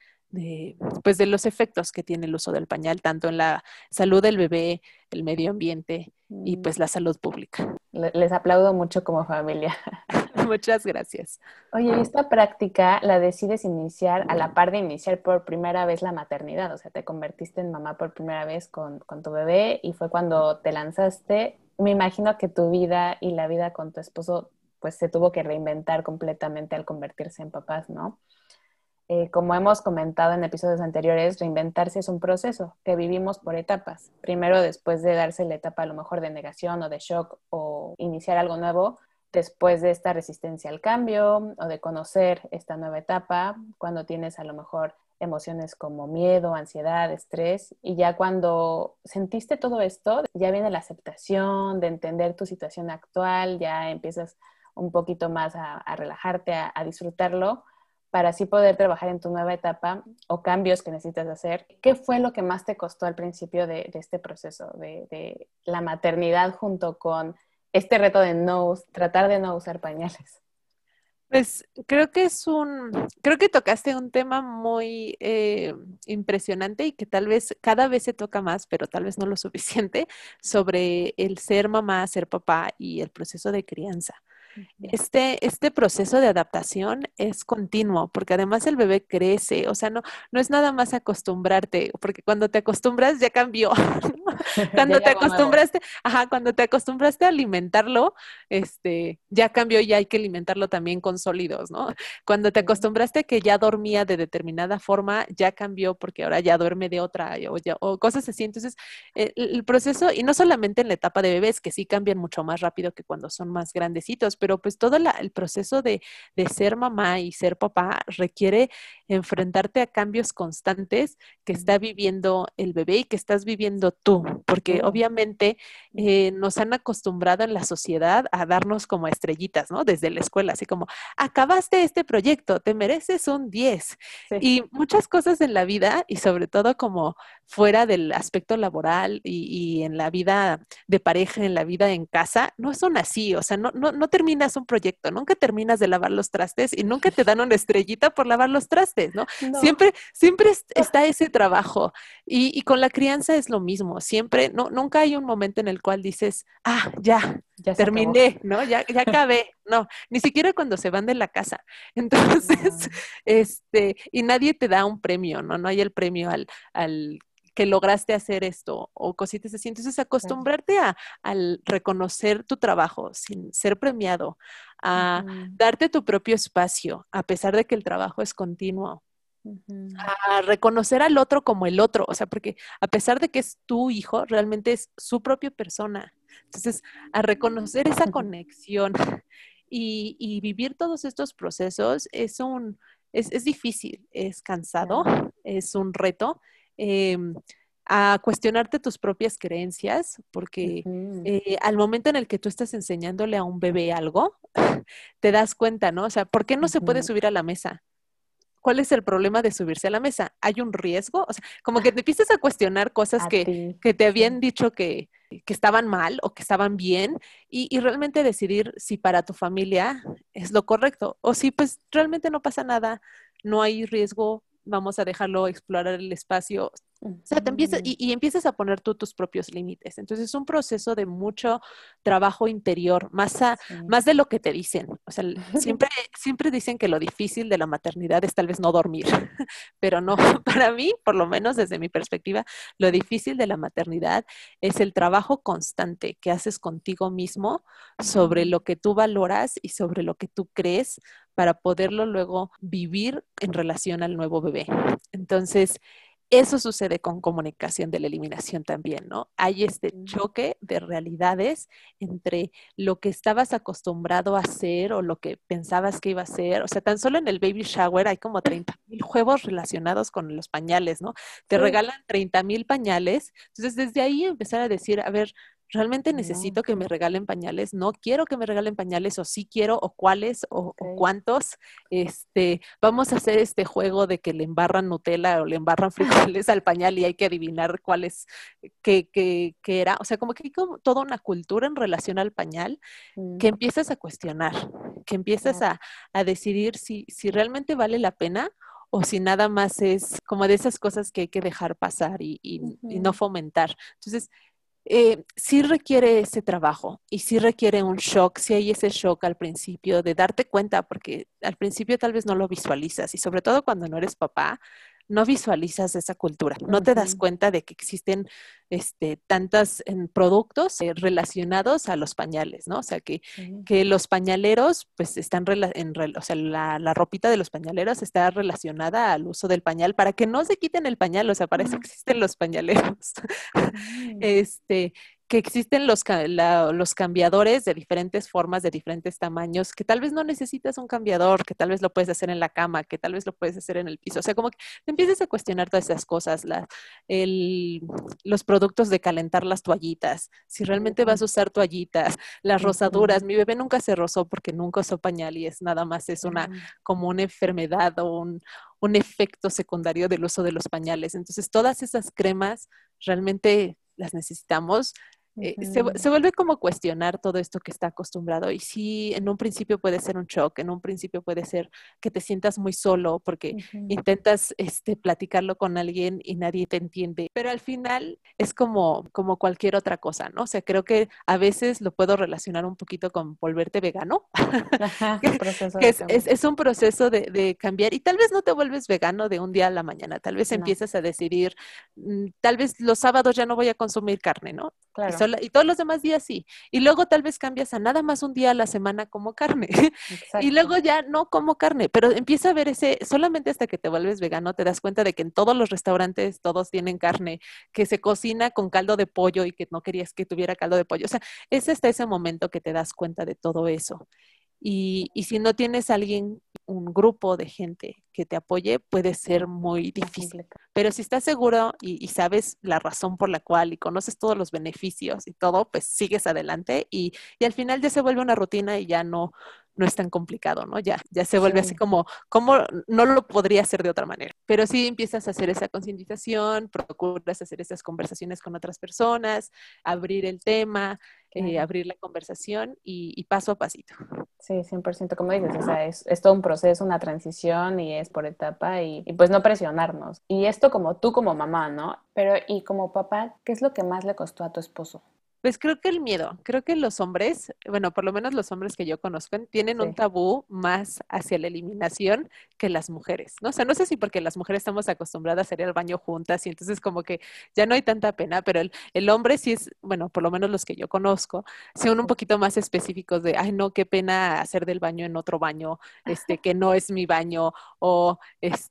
pues de los efectos que tiene el uso del pañal, tanto en la salud del bebé, el medio ambiente y Mm, pues la salud pública. Les aplaudo mucho como familia. Muchas gracias. Oye, y esta práctica la decides iniciar a la par de iniciar por primera vez la maternidad, o sea, te convertiste en mamá por primera vez con tu bebé y fue cuando te lanzaste. Me imagino que tu vida y la vida con tu esposo pues se tuvo que reinventar completamente al convertirse en papás, ¿no? Como hemos comentado en episodios anteriores, reinventarse es un proceso que vivimos por etapas. Primero, después de darse la etapa a lo mejor de negación o de shock o iniciar algo nuevo, después de esta resistencia al cambio o de conocer esta nueva etapa, cuando tienes a lo mejor emociones como miedo, ansiedad, estrés, y ya cuando sentiste todo esto, ya viene la aceptación de entender tu situación actual, ya empiezas un poquito más a relajarte, a disfrutarlo para así poder trabajar en tu nueva etapa o cambios que necesitas hacer. ¿Qué fue lo que más te costó al principio de este proceso, de la maternidad junto con este reto de tratar de no usar pañales? Pues creo que tocaste un tema muy impresionante y que tal vez cada vez se toca más, pero tal vez no lo suficiente, sobre el ser mamá, ser papá y el proceso de crianza. Este proceso de adaptación es continuo, porque además el bebé crece, o sea, no es nada más acostumbrarte, porque cuando te acostumbras ya cambió. Ya Cuando hay te algo nuevo. acostumbraste, ajá, cuando te acostumbraste a alimentarlo, ya cambió y hay que alimentarlo también con sólidos, ¿no? Cuando te Sí. acostumbraste a que ya dormía de determinada forma, ya cambió porque ahora ya duerme de otra o cosas así. Entonces, el proceso, y no solamente en la etapa de bebés, que sí cambian mucho más rápido que cuando son más grandecitos, pero pues todo el proceso de ser mamá y ser papá requiere enfrentarte a cambios constantes que está viviendo el bebé y que estás viviendo tú, porque Tú. obviamente nos han acostumbrado en la sociedad a darnos como estrellitas, ¿no? Desde la escuela, así como, acabaste este proyecto, te mereces un 10. Sí. Y muchas cosas en la vida, y sobre todo como fuera del aspecto laboral y en la vida de pareja, en la vida en casa, no son así, o sea, no terminas un proyecto, nunca terminas de lavar los trastes y nunca te dan una estrellita por lavar los trastes, ¿no? No. Siempre está ese trabajo y con la crianza es lo mismo, siempre, nunca hay un momento en el cual dices, ya, Ya se acabó. terminé, ¿no? Ya acabé. No, ni siquiera cuando se van de la casa. Entonces, y nadie te da un premio, ¿no? No hay el premio al que lograste hacer esto o cositas así. Entonces, acostumbrarte al reconocer tu trabajo sin ser premiado, a darte tu propio espacio, a pesar de que el trabajo es continuo, a reconocer al otro como el otro, o sea, porque a pesar de que es tu hijo, realmente es su propia persona. Entonces, a reconocer esa conexión y vivir todos estos procesos es difícil, es cansado, es un reto. A cuestionarte tus propias creencias, porque al momento en el que tú estás enseñándole a un bebé algo, te das cuenta, ¿no? O sea, ¿por qué no se puede subir a la mesa? ¿Cuál es el problema de subirse a la mesa? ¿Hay un riesgo? O sea, como que te empiezas a cuestionar cosas A que ti, te habían sí. dicho que estaban mal o que estaban bien y realmente decidir si para tu familia es lo correcto o si pues realmente no pasa nada, no hay riesgo, vamos a dejarlo explorar el espacio. O sea, te empiezas, y empiezas a poner tú tus propios límites. Entonces es un proceso de mucho trabajo interior, Sí. más de lo que te dicen. O sea, siempre dicen que lo difícil de la maternidad es tal vez no dormir, pero no, para mí, por lo menos desde mi perspectiva, lo difícil de la maternidad es el trabajo constante que haces contigo mismo sobre lo que tú valoras y sobre lo que tú crees para poderlo luego vivir en relación al nuevo bebé. Entonces, eso sucede con comunicación de la eliminación también, ¿no? Hay este choque de realidades entre lo que estabas acostumbrado a hacer o lo que pensabas que iba a ser. O sea, tan solo en el baby shower hay como 30,000 juegos relacionados con los pañales, ¿no? Te Sí. regalan 30,000 pañales. Entonces, desde ahí empezar a decir, a ver, ¿realmente necesito que me regalen pañales? No quiero que me regalen pañales, o sí quiero, o cuáles, o cuántos. Vamos a hacer este juego de que le embarran Nutella o le embarran frijoles al pañal y hay que adivinar cuál es, qué era. O sea, como que hay como toda una cultura en relación al pañal que empiezas a cuestionar, que empiezas a decidir si realmente vale la pena o si nada más es como de esas cosas que hay que dejar pasar y no fomentar. Entonces, sí requiere ese trabajo y sí requiere un shock, sí hay ese shock al principio de darte cuenta, porque al principio tal vez no lo visualizas y sobre todo cuando no eres papá, no visualizas esa cultura, no te das cuenta de que existen tantos productos relacionados a los pañales, ¿no? O sea, que los pañaleros pues están, o sea, la ropita de los pañaleros está relacionada al uso del pañal para que no se quiten el pañal, o sea, para eso existen los pañaleros. Que existen los cambiadores de diferentes formas, de diferentes tamaños, que tal vez no necesitas un cambiador, que tal vez lo puedes hacer en la cama, que tal vez lo puedes hacer en el piso. O sea, como que te empiezas a cuestionar todas esas cosas, los productos de calentar las toallitas, si realmente vas a usar toallitas, las rosaduras. Mi bebé nunca se rozó porque nunca usó pañal y es nada más, es como una enfermedad o un efecto secundario del uso de los pañales. Entonces, todas esas cremas realmente las necesitamos. Se vuelve como cuestionar todo esto que está acostumbrado y sí, en un principio puede ser un shock, en un principio puede ser que te sientas muy solo porque intentas platicarlo con alguien y nadie te entiende, pero al final es como cualquier otra cosa, ¿no? O sea, creo que a veces lo puedo relacionar un poquito con volverte vegano, Ajá, que, proceso que de es, cambio. es, es un proceso de cambiar y tal vez no te vuelves vegano de un día a la mañana, tal vez No, empiezas a decidir, tal vez los sábados ya no voy a consumir carne, ¿no? claro, Y todos los demás días sí. Y luego tal vez cambias a nada más un día a la semana como carne. Y exacto. luego ya no como carne, pero empieza a ver solamente hasta que te vuelves vegano te das cuenta de que en todos los restaurantes todos tienen carne, que se cocina con caldo de pollo y que no querías que tuviera caldo de pollo. O sea, es hasta ese momento que te das cuenta de todo eso. Y si no tienes alguien, un grupo de gente que te apoye, puede ser muy Más difícil. complicado. Pero si estás seguro y sabes la razón por la cual y conoces todos los beneficios y todo, pues sigues adelante y al final ya se vuelve una rutina y ya no es tan complicado, ¿no? Ya se vuelve así Sí, como no lo podría hacer de otra manera. Pero sí empiezas a hacer esa concientización, procuras hacer esas conversaciones con otras personas, abrir el tema, claro. abrir la conversación y paso a pasito. Sí, 100% como dices, o sea, es todo un proceso, una transición y es por etapa y pues no presionarnos. Y esto como tú como mamá, ¿no? Pero y como papá, ¿qué es lo que más le costó a tu esposo? Pues creo que el miedo, creo que los hombres, bueno, por lo menos los hombres que yo conozco, tienen un Sí. tabú más hacia la eliminación que las mujeres, ¿no? O sea, no sé si porque las mujeres estamos acostumbradas a ir al baño juntas y entonces como que ya no hay tanta pena, pero el hombre sí es, bueno, por lo menos los que yo conozco, son un poquito más específicos de, ay, no, qué pena hacer del baño en otro baño, que no es mi baño, o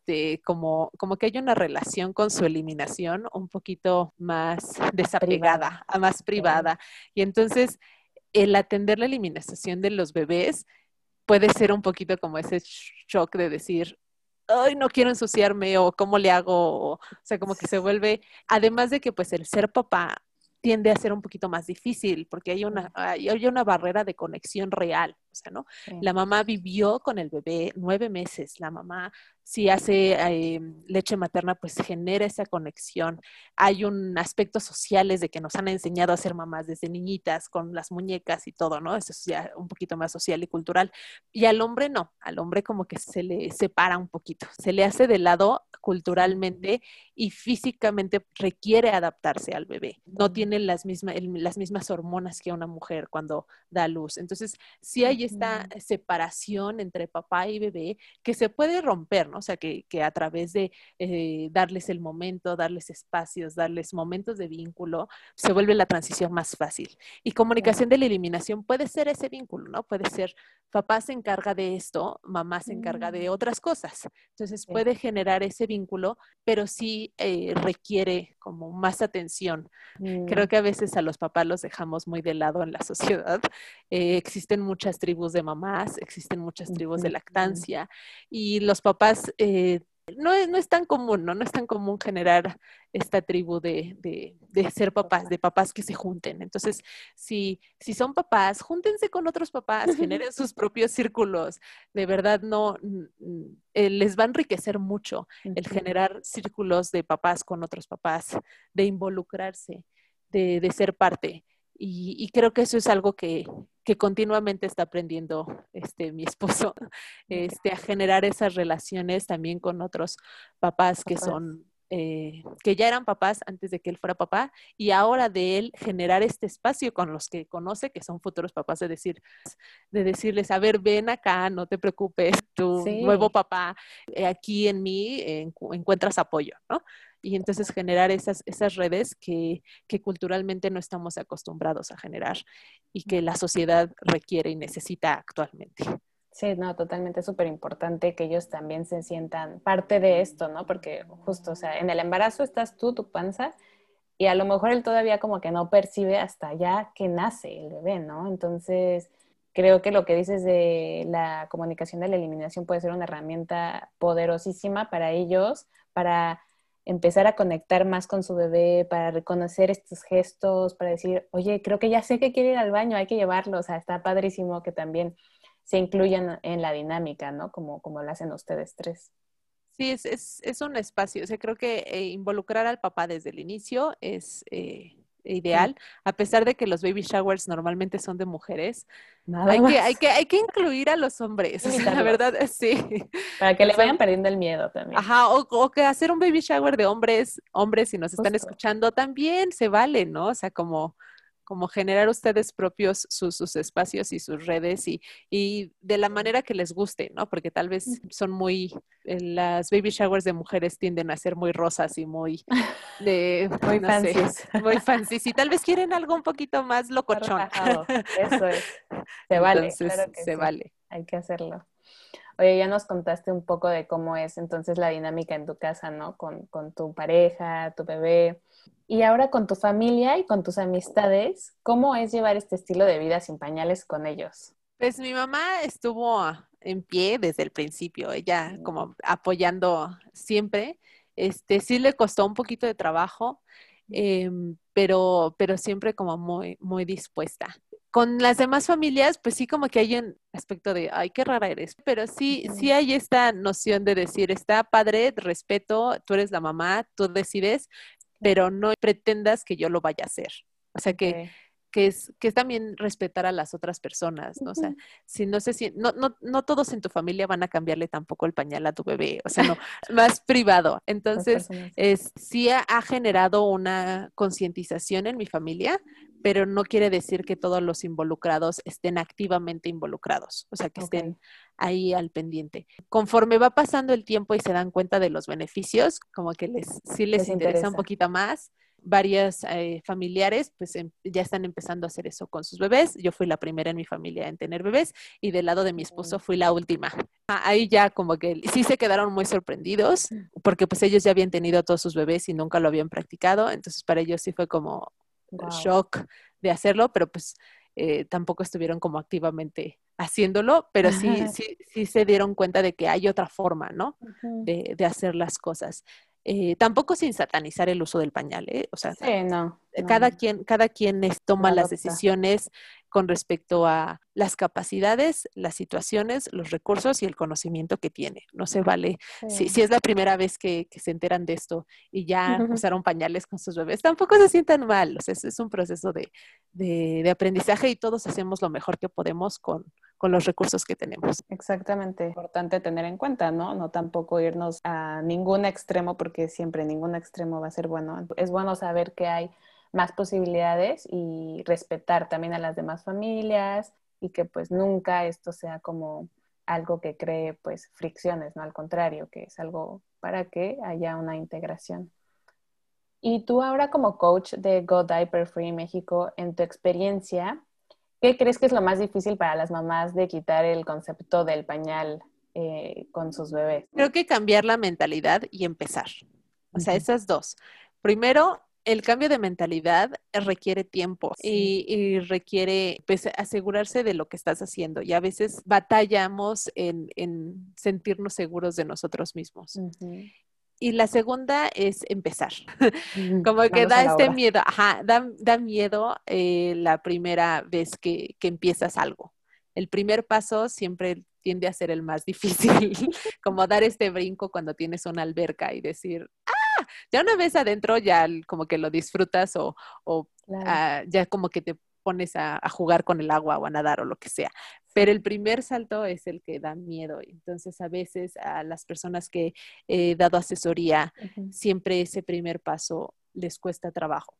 como que hay una relación con su eliminación un poquito más Privada. desapegada, más privada. Ok. Y entonces, el atender la eliminación de los bebés puede ser un poquito como ese shock de decir, ay, no quiero ensuciarme o cómo le hago, o sea, como que se vuelve, además de que pues el ser papá tiende a ser un poquito más difícil porque hay una barrera de conexión real, o sea, ¿no? Sí. La mamá vivió con el bebé 9 meses, la mamá si hace leche materna, pues genera esa conexión. Hay un aspectos sociales de que nos han enseñado a ser mamás desde niñitas con las muñecas y todo, ¿no? Eso es ya un poquito más social y cultural. Y al hombre no, al hombre como que se le separa un poquito, se le hace de lado culturalmente y físicamente requiere adaptarse al bebé. No tiene las mismas hormonas que una mujer cuando da a luz. Entonces, sí hay esta separación entre papá y bebé que se puede romper, ¿no? O sea, que a través de darles el momento, darles espacios, darles momentos de vínculo, se vuelve la transición más fácil. Y comunicación de la eliminación puede ser ese vínculo, ¿no? Puede ser papá se encarga de esto, mamá se encarga de otras cosas. Entonces Sí. puede generar ese vínculo, pero sí requiere como más atención. Creo que a veces a los papás los dejamos muy de lado en la sociedad. Existen muchas tribus de mamás, existen muchas tribus de lactancia y los papás no es tan común, ¿no? No es tan común generar esta tribu de ser papás, de papás que se junten. Entonces, si son papás, júntense con otros papás, generen sus propios círculos. De verdad, no, les va a enriquecer mucho el generar círculos de papás con otros papás, de involucrarse, de ser parte. Y creo que eso es algo que continuamente está aprendiendo mi esposo, a generar esas relaciones también con otros papás que Papás. son, que ya eran papás antes de que él fuera papá, y ahora de él generar este espacio con los que conoce, que son futuros papás, de decirles, a ver, ven acá, no te preocupes, tu nuevo Sí. papá, aquí en mí encuentras apoyo, ¿no? Y entonces generar esas redes que culturalmente no estamos acostumbrados a generar y que la sociedad requiere y necesita actualmente. Sí, no, totalmente súper importante que ellos también se sientan parte de esto, ¿no? Porque justo, o sea, en el embarazo estás tú, tu panza, y a lo mejor él todavía como que no percibe hasta ya que nace el bebé, ¿no? Entonces, creo que lo que dices de la comunicación de la eliminación puede ser una herramienta poderosísima para ellos, para empezar a conectar más con su bebé, para reconocer estos gestos, para decir, oye, creo que ya sé que quiere ir al baño, hay que llevarlo, o sea, está padrísimo que también se incluyan en la dinámica, ¿no? Como lo hacen ustedes tres. Sí, es un espacio. O sea, creo que involucrar al papá desde el inicio es Mm. ideal, a pesar de que los baby showers normalmente son de mujeres. Nada más. Hay que incluir a los hombres. O sea, la Invitarlos verdad, sí. para que O le sea, vayan perdiendo el miedo también. ajá, o que hacer un baby shower de hombres, hombres, si nos están Justo. escuchando, también se vale, ¿no? O sea, como generar ustedes propios sus espacios y sus redes y de la manera que les guste, ¿no? Porque tal vez son las baby showers de mujeres tienden a ser muy rosas y muy, Muy no sé, fancies. muy fancy. Y tal vez quieren algo un poquito más Más locochón. relajado. Eso es. Se vale, Entonces, claro que se sí. vale. Hay que hacerlo. Oye, ya nos contaste un poco de cómo es entonces la dinámica en tu casa, ¿no? Con tu pareja, tu bebé. Y ahora con tu familia y con tus amistades, ¿cómo es llevar este estilo de vida sin pañales con ellos? Pues mi mamá estuvo en pie desde el principio, ella Mm. como apoyando siempre. Sí le costó un poquito de trabajo, pero siempre como muy, muy dispuesta. Con las demás familias, pues sí como que hay un aspecto de, ay, qué rara eres, pero sí hay esta noción de decir, está padre, respeto, tú eres la mamá, tú decides, pero no pretendas que yo lo vaya a hacer. O sea Ok. que es también respetar a las otras personas, ¿no? O sea, si no sé si, no todos en tu familia van a cambiarle tampoco el pañal a tu bebé, o sea, no, más privado. Las Entonces, personas. sí ha generado una concientización en mi familia, pero no quiere decir que todos los involucrados estén activamente involucrados, o sea, que estén ahí al pendiente. Conforme va pasando el tiempo y se dan cuenta de los beneficios, como que sí les interesa un poquito más. Varias familiares pues ya están empezando a hacer eso con sus bebés. Yo fui la primera en mi familia en tener bebés y del lado de mi esposo fui la última. Ahí ya como que sí se quedaron muy sorprendidos porque pues ellos ya habían tenido a todos sus bebés y nunca lo habían practicado, entonces para ellos sí fue como shock de hacerlo, pero pues tampoco estuvieron como activamente haciéndolo, pero sí se dieron cuenta de que hay otra forma, ¿no? De hacer las cosas. Tampoco sin satanizar el uso del pañal, ¿eh? O sea, sí, no. Cada quien toma las adopta. decisiones con respecto a las capacidades, las situaciones, los recursos y el conocimiento que tiene. No se vale. Si es la primera vez que se enteran de esto y ya usaron pañales con sus bebés, tampoco se sientan mal. O sea, es un proceso de aprendizaje y todos hacemos lo mejor que podemos con los recursos que tenemos. Exactamente. Importante tener en cuenta, ¿no? No tampoco irnos a ningún extremo porque siempre ningún extremo va a ser bueno. Es bueno saber que hay más posibilidades y respetar también a las demás familias y que pues nunca esto sea como algo que cree pues fricciones, ¿no? Al contrario, que es algo para que haya una integración. Y tú ahora como coach de Go Diaper Free México, en tu experiencia, ¿qué crees que es lo más difícil para las mamás de quitar el concepto del pañal con sus bebés? Creo que cambiar la mentalidad y empezar. O sea, esas dos. Primero, el cambio de mentalidad requiere tiempo y requiere pues, asegurarse de lo que estás haciendo. Y a veces batallamos en sentirnos seguros de nosotros mismos. Y la segunda es empezar. Como que da este miedo, da miedo la primera vez que empiezas algo. El primer paso siempre tiende a ser el más difícil, como dar este brinco cuando tienes una alberca y decir, ya una vez adentro ya como que lo disfrutas o ya como que te pones a jugar con el agua o a nadar o lo que sea. Pero el primer salto es el que da miedo. Entonces, a veces a las personas que he dado asesoría, siempre ese primer paso les cuesta trabajo.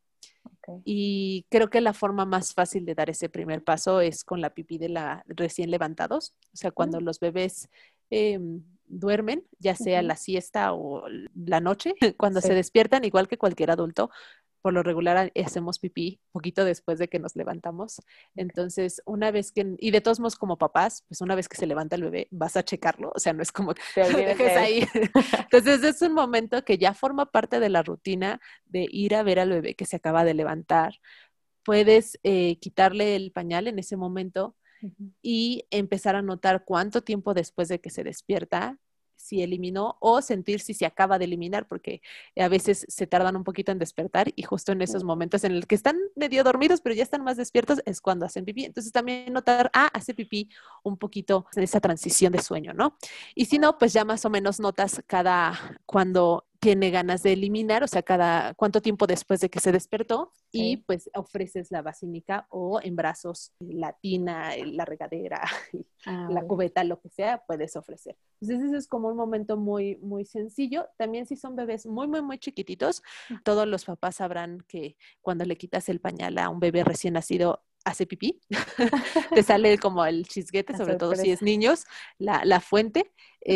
Y creo que la forma más fácil de dar ese primer paso es con la pipí de la recién levantados. O sea, cuando los bebés duermen, ya sea la siesta o la noche, cuando se despiertan, igual que cualquier adulto, por lo regular hacemos pipí poquito después de que nos levantamos. Entonces, una vez que, y de todos modos como papás, pues una vez que se levanta el bebé, vas a checarlo, o sea, no es como que lo dejes ahí. Entonces, es un momento que ya forma parte de la rutina de ir a ver al bebé que se acaba de levantar. Puedes quitarle el pañal en ese momento y empezar a notar cuánto tiempo después de que se despierta si eliminó o sentir si se acaba de eliminar, porque a veces se tardan un poquito en despertar y justo en esos momentos en el que están medio dormidos pero ya están más despiertos es cuando hacen pipí. Entonces también notar, hace pipí un poquito en esa transición de sueño, ¿no? Y si no, pues ya más o menos notas cuando tiene ganas de eliminar, o sea, cada cuánto tiempo después de que se despertó y pues ofreces la basílica o en brazos la tina, la regadera, la cubeta, lo que sea, puedes ofrecer. Entonces eso es como un momento muy, muy sencillo. También si son bebés muy, muy, muy chiquititos, todos los papás sabrán que cuando le quitas el pañal a un bebé recién nacido, hace pipí, te sale como el chisguete, sobre todo si es niños, la fuente.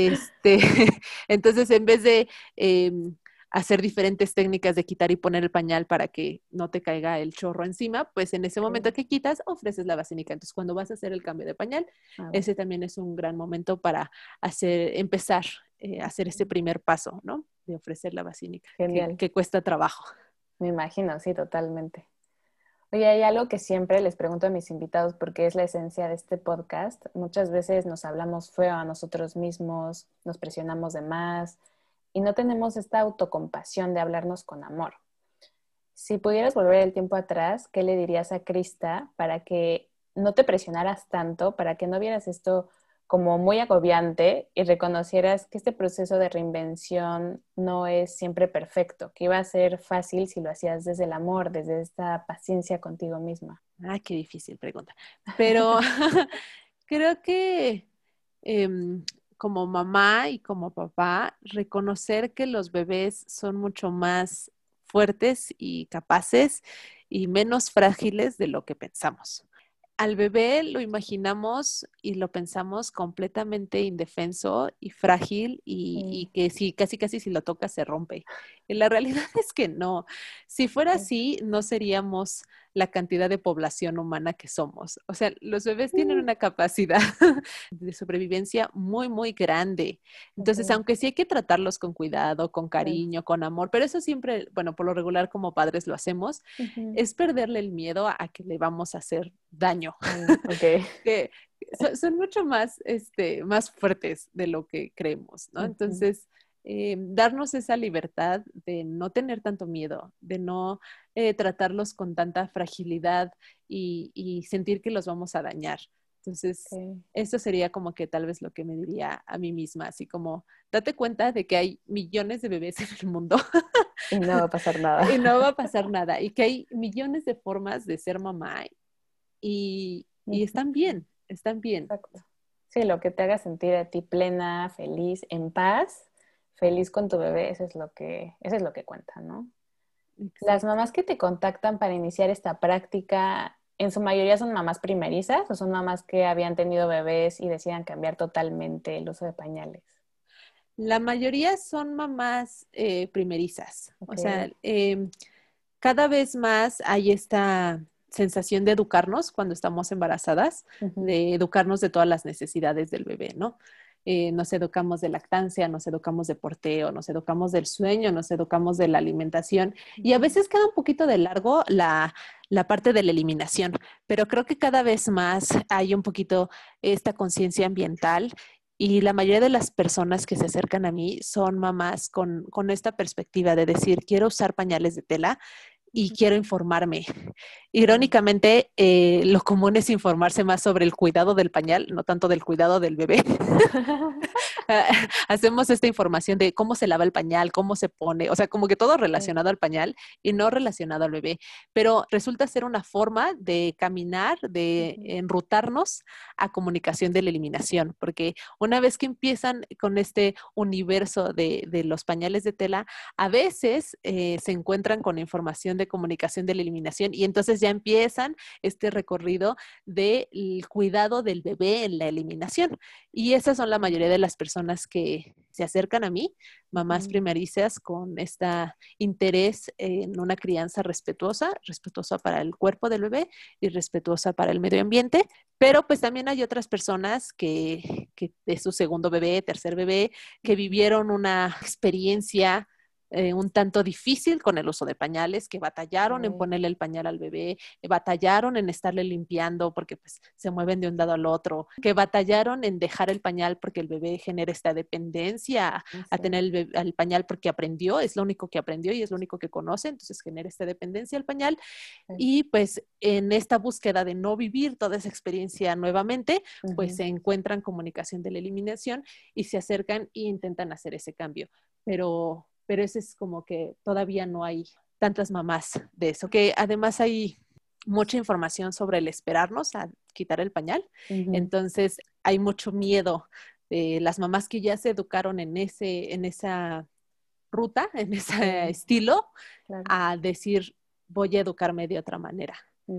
Entonces, en vez de hacer diferentes técnicas de quitar y poner el pañal para que no te caiga el chorro encima, pues en ese momento que quitas, ofreces la basílica. Entonces, cuando vas a hacer el cambio de pañal, ese también es un gran momento para empezar a hacer ese primer paso, ¿no? De ofrecer la basílica, que cuesta trabajo. Me imagino, sí, totalmente. Oye, hay algo que siempre les pregunto a mis invitados porque es la esencia de este podcast. Muchas veces nos hablamos feo a nosotros mismos, nos presionamos de más y no tenemos esta autocompasión de hablarnos con amor. Si pudieras volver el tiempo atrás, ¿qué le dirías a Krista para que no te presionaras tanto, para que no vieras esto como muy agobiante y reconocieras que este proceso de reinvención no es siempre perfecto, que iba a ser fácil si lo hacías desde el amor, desde esta paciencia contigo misma? Qué difícil pregunta. Pero creo que como mamá y como papá, reconocer que los bebés son mucho más fuertes y capaces y menos frágiles de lo que pensamos. Al bebé lo imaginamos y lo pensamos completamente indefenso y frágil y que si casi casi si lo toca se rompe. Y la realidad es que no. Si fuera así, no seríamos la cantidad de población humana que somos. O sea, los bebés tienen una capacidad de sobrevivencia muy, muy grande. Entonces, aunque sí hay que tratarlos con cuidado, con cariño, con amor, pero eso siempre, bueno, por lo regular como padres lo hacemos, es perderle el miedo a que le vamos a hacer daño. Que son mucho más, más fuertes de lo que creemos, ¿no? Entonces, darnos esa libertad de no tener tanto miedo, de no tratarlos con tanta fragilidad y sentir que los vamos a dañar. Entonces, eso sería como que tal vez lo que me diría a mí misma, así como, date cuenta de que hay millones de bebés en el mundo. Y no va a pasar nada. Y no va a pasar nada. Y que hay millones de formas de ser mamá y están bien, están bien. Exacto. Sí, lo que te haga sentir a ti plena, feliz, en paz, feliz con tu bebé, eso es lo que cuenta, ¿no? Exacto. Las mamás que te contactan para iniciar esta práctica, ¿en su mayoría son mamás primerizas o son mamás que habían tenido bebés y decidan cambiar totalmente el uso de pañales? La mayoría son mamás primerizas. O sea, cada vez más hay esta sensación de educarnos cuando estamos embarazadas, de educarnos de todas las necesidades del bebé, ¿no? Nos educamos de lactancia, nos educamos de porteo, nos educamos del sueño, nos educamos de la alimentación y a veces queda un poquito de largo la parte de la eliminación, pero creo que cada vez más hay un poquito esta conciencia ambiental y la mayoría de las personas que se acercan a mí son mamás con esta perspectiva de decir, quiero usar pañales de tela y quiero informarme. Irónicamente, lo común es informarse más sobre el cuidado del pañal, no tanto del cuidado del bebé. Hacemos esta información de cómo se lava el pañal, cómo se pone, o sea, como que todo relacionado al pañal y no relacionado al bebé. Pero resulta ser una forma de caminar, de enrutarnos a comunicación de la eliminación, porque una vez que empiezan con este universo de los pañales de tela, a veces se encuentran con información de comunicación de la eliminación y entonces ya empiezan este recorrido del cuidado del bebé en la eliminación. Y esas son la mayoría de las personas que se acercan a mí, mamás primerizas con este interés en una crianza respetuosa para el cuerpo del bebé y respetuosa para el medio ambiente. Pero pues también hay otras personas que de su segundo bebé, tercer bebé, que vivieron una experiencia un tanto difícil con el uso de pañales, que batallaron en ponerle el pañal al bebé, batallaron en estarle limpiando porque pues se mueven de un lado al otro, que batallaron en dejar el pañal porque el bebé genera esta dependencia a tener el pañal porque aprendió, es lo único que aprendió y es lo único que conoce, entonces genera esta dependencia al pañal y pues en esta búsqueda de no vivir toda esa experiencia nuevamente, pues se encuentran comunicación de la eliminación y se acercan e intentan hacer ese cambio, pero ese es como que todavía no hay tantas mamás de eso, que además hay mucha información sobre el esperarnos a quitar el pañal, entonces hay mucho miedo de las mamás que ya se educaron en esa ruta, en ese estilo, a decir voy a educarme de otra manera.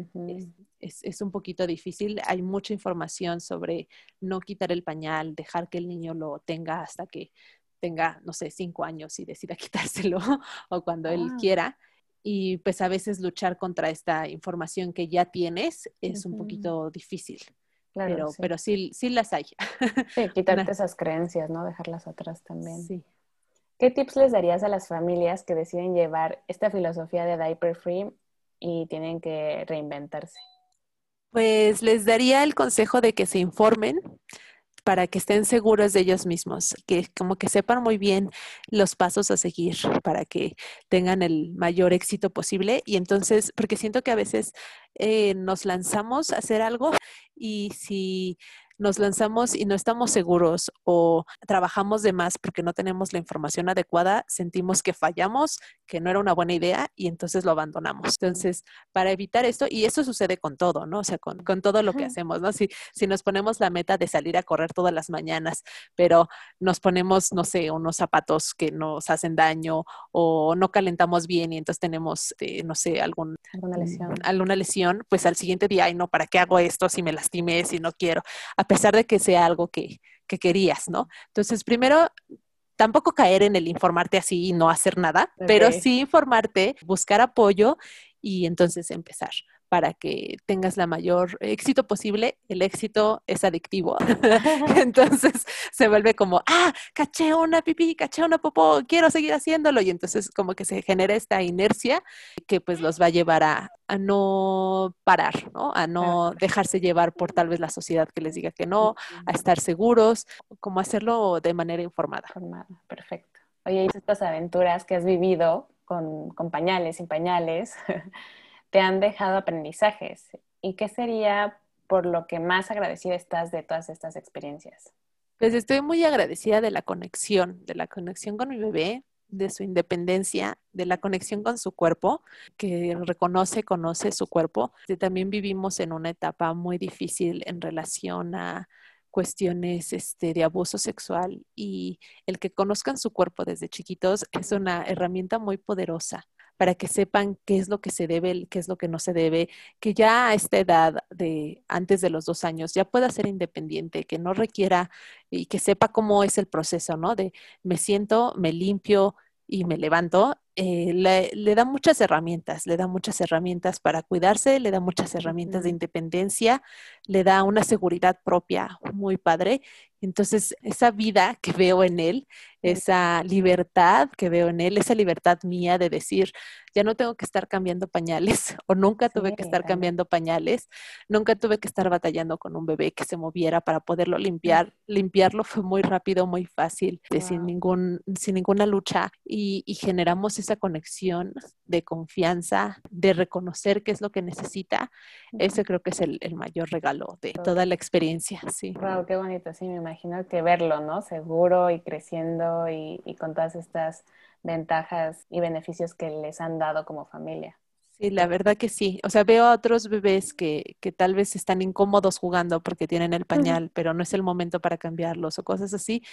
Es un poquito difícil, hay mucha información sobre no quitar el pañal, dejar que el niño lo tenga hasta que tenga, no sé, 5 años y decida quitárselo o cuando él quiera. Y pues a veces luchar contra esta información que ya tienes es un poquito difícil. Claro, pero sí las hay. Sí, quitarte esas creencias, ¿no? Dejarlas atrás también. Sí. ¿Qué tips les darías a las familias que deciden llevar esta filosofía de diaper free y tienen que reinventarse? Pues les daría el consejo de que se informen para que estén seguros de ellos mismos, que como que sepan muy bien los pasos a seguir para que tengan el mayor éxito posible. Y entonces, porque siento que a veces nos lanzamos a hacer algo y si nos lanzamos y no estamos seguros o trabajamos de más porque no tenemos la información adecuada, sentimos que fallamos, que no era una buena idea y entonces lo abandonamos. Entonces, para evitar esto, y eso sucede con todo, ¿no? O sea, con todo lo que hacemos, ¿no? Si nos ponemos la meta de salir a correr todas las mañanas, pero nos ponemos, no sé, unos zapatos que nos hacen daño o no calentamos bien y entonces tenemos, no sé, alguna lesión, pues al siguiente día, ay, no, ¿para qué hago esto si me lastimé, si no quiero? A pesar de que sea algo que querías, ¿no? Entonces, primero, tampoco caer en el informarte así y no hacer nada, pero sí informarte, buscar apoyo y entonces empezar para que tengas la mayor éxito posible. El éxito es adictivo. Entonces se vuelve como, caché una pipí, caché una popó, quiero seguir haciéndolo. Y entonces como que se genera esta inercia que pues los va a llevar a no parar, ¿no? A no dejarse llevar por tal vez la sociedad que les diga que no, a estar seguros, como hacerlo de manera informada. Perfecto. Oye, ¿y estas aventuras que has vivido con pañales, sin pañales, te han dejado aprendizajes? ¿Y qué sería por lo que más agradecida estás de todas estas experiencias? Pues estoy muy agradecida de la conexión con mi bebé, de su independencia, de la conexión con su cuerpo, que conoce su cuerpo. También vivimos en una etapa muy difícil en relación a cuestiones de abuso sexual y el que conozcan su cuerpo desde chiquitos es una herramienta muy poderosa para que sepan qué es lo que se debe, qué es lo que no se debe, que ya a esta edad de antes de los 2 años ya pueda ser independiente, que no requiera y que sepa cómo es el proceso, ¿no? De me siento, me limpio y me levanto. Le da muchas herramientas, para cuidarse, le da muchas herramientas de independencia, le da una seguridad propia muy padre. Entonces, esa vida que veo en él, esa libertad que veo en él, esa libertad mía de decir, ya no tengo que estar cambiando pañales o nunca tuve que estar cambiando pañales, nunca tuve que estar batallando con un bebé que se moviera para poderlo limpiar. Limpiarlo fue muy rápido, muy fácil, sin ninguna lucha y generamos esa conexión de confianza, de reconocer qué es lo que necesita. Ese creo que es el mayor regalo de toda la experiencia, sí. Wow, qué bonito, sí, me imagino que verlo, ¿no? Seguro y creciendo y con todas estas ventajas y beneficios que les han dado como familia. Sí, la verdad que sí. O sea, veo a otros bebés que tal vez están incómodos jugando porque tienen el pañal, pero no es el momento para cambiarlos o cosas así.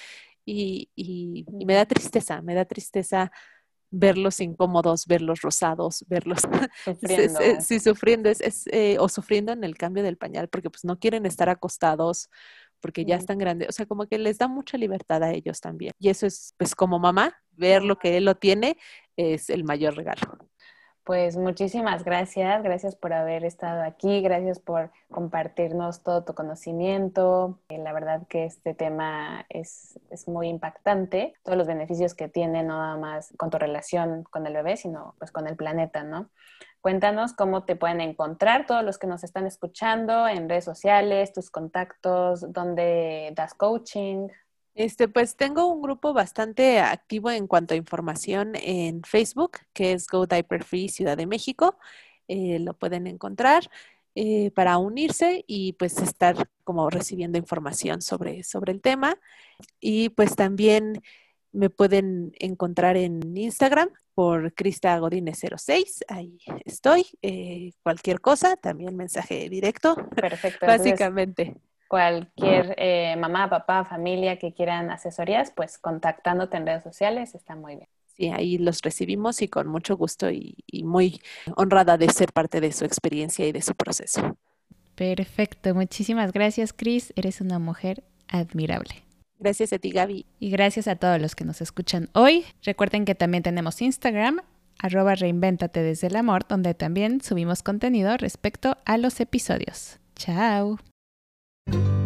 Y me da tristeza verlos incómodos, verlos rosados, verlos Sufriendo. sí, sufriendo o sufriendo en el cambio del pañal porque pues no quieren estar acostados porque ya están grandes, o sea, como que les da mucha libertad a ellos también. Y eso es, pues como mamá, ver lo que él lo tiene es el mayor regalo. Pues muchísimas gracias por haber estado aquí, gracias por compartirnos todo tu conocimiento. La verdad que este tema es muy impactante, todos los beneficios que tiene no nada más con tu relación con el bebé, sino pues con el planeta, ¿no? Cuéntanos cómo te pueden encontrar todos los que nos están escuchando en redes sociales, tus contactos, dónde das coaching. Pues tengo un grupo bastante activo en cuanto a información en Facebook, que es Go Diaper Free Ciudad de México. Lo pueden encontrar para unirse y pues estar como recibiendo información sobre el tema. Y pues también me pueden encontrar en Instagram por Crista Godínez 06. Ahí estoy. Cualquier cosa, también mensaje directo. Perfecto. Básicamente. Entonces, cualquier mamá, papá, familia que quieran asesorías, pues contactándote en redes sociales está muy bien. Sí, ahí los recibimos y con mucho gusto y muy honrada de ser parte de su experiencia y de su proceso. Perfecto, muchísimas gracias, Cris. Eres una mujer admirable. Gracias a ti, Gaby. Y gracias a todos los que nos escuchan hoy. Recuerden que también tenemos Instagram, @reinvéntate desde el amor, donde también subimos contenido respecto a los episodios. ¡Chao!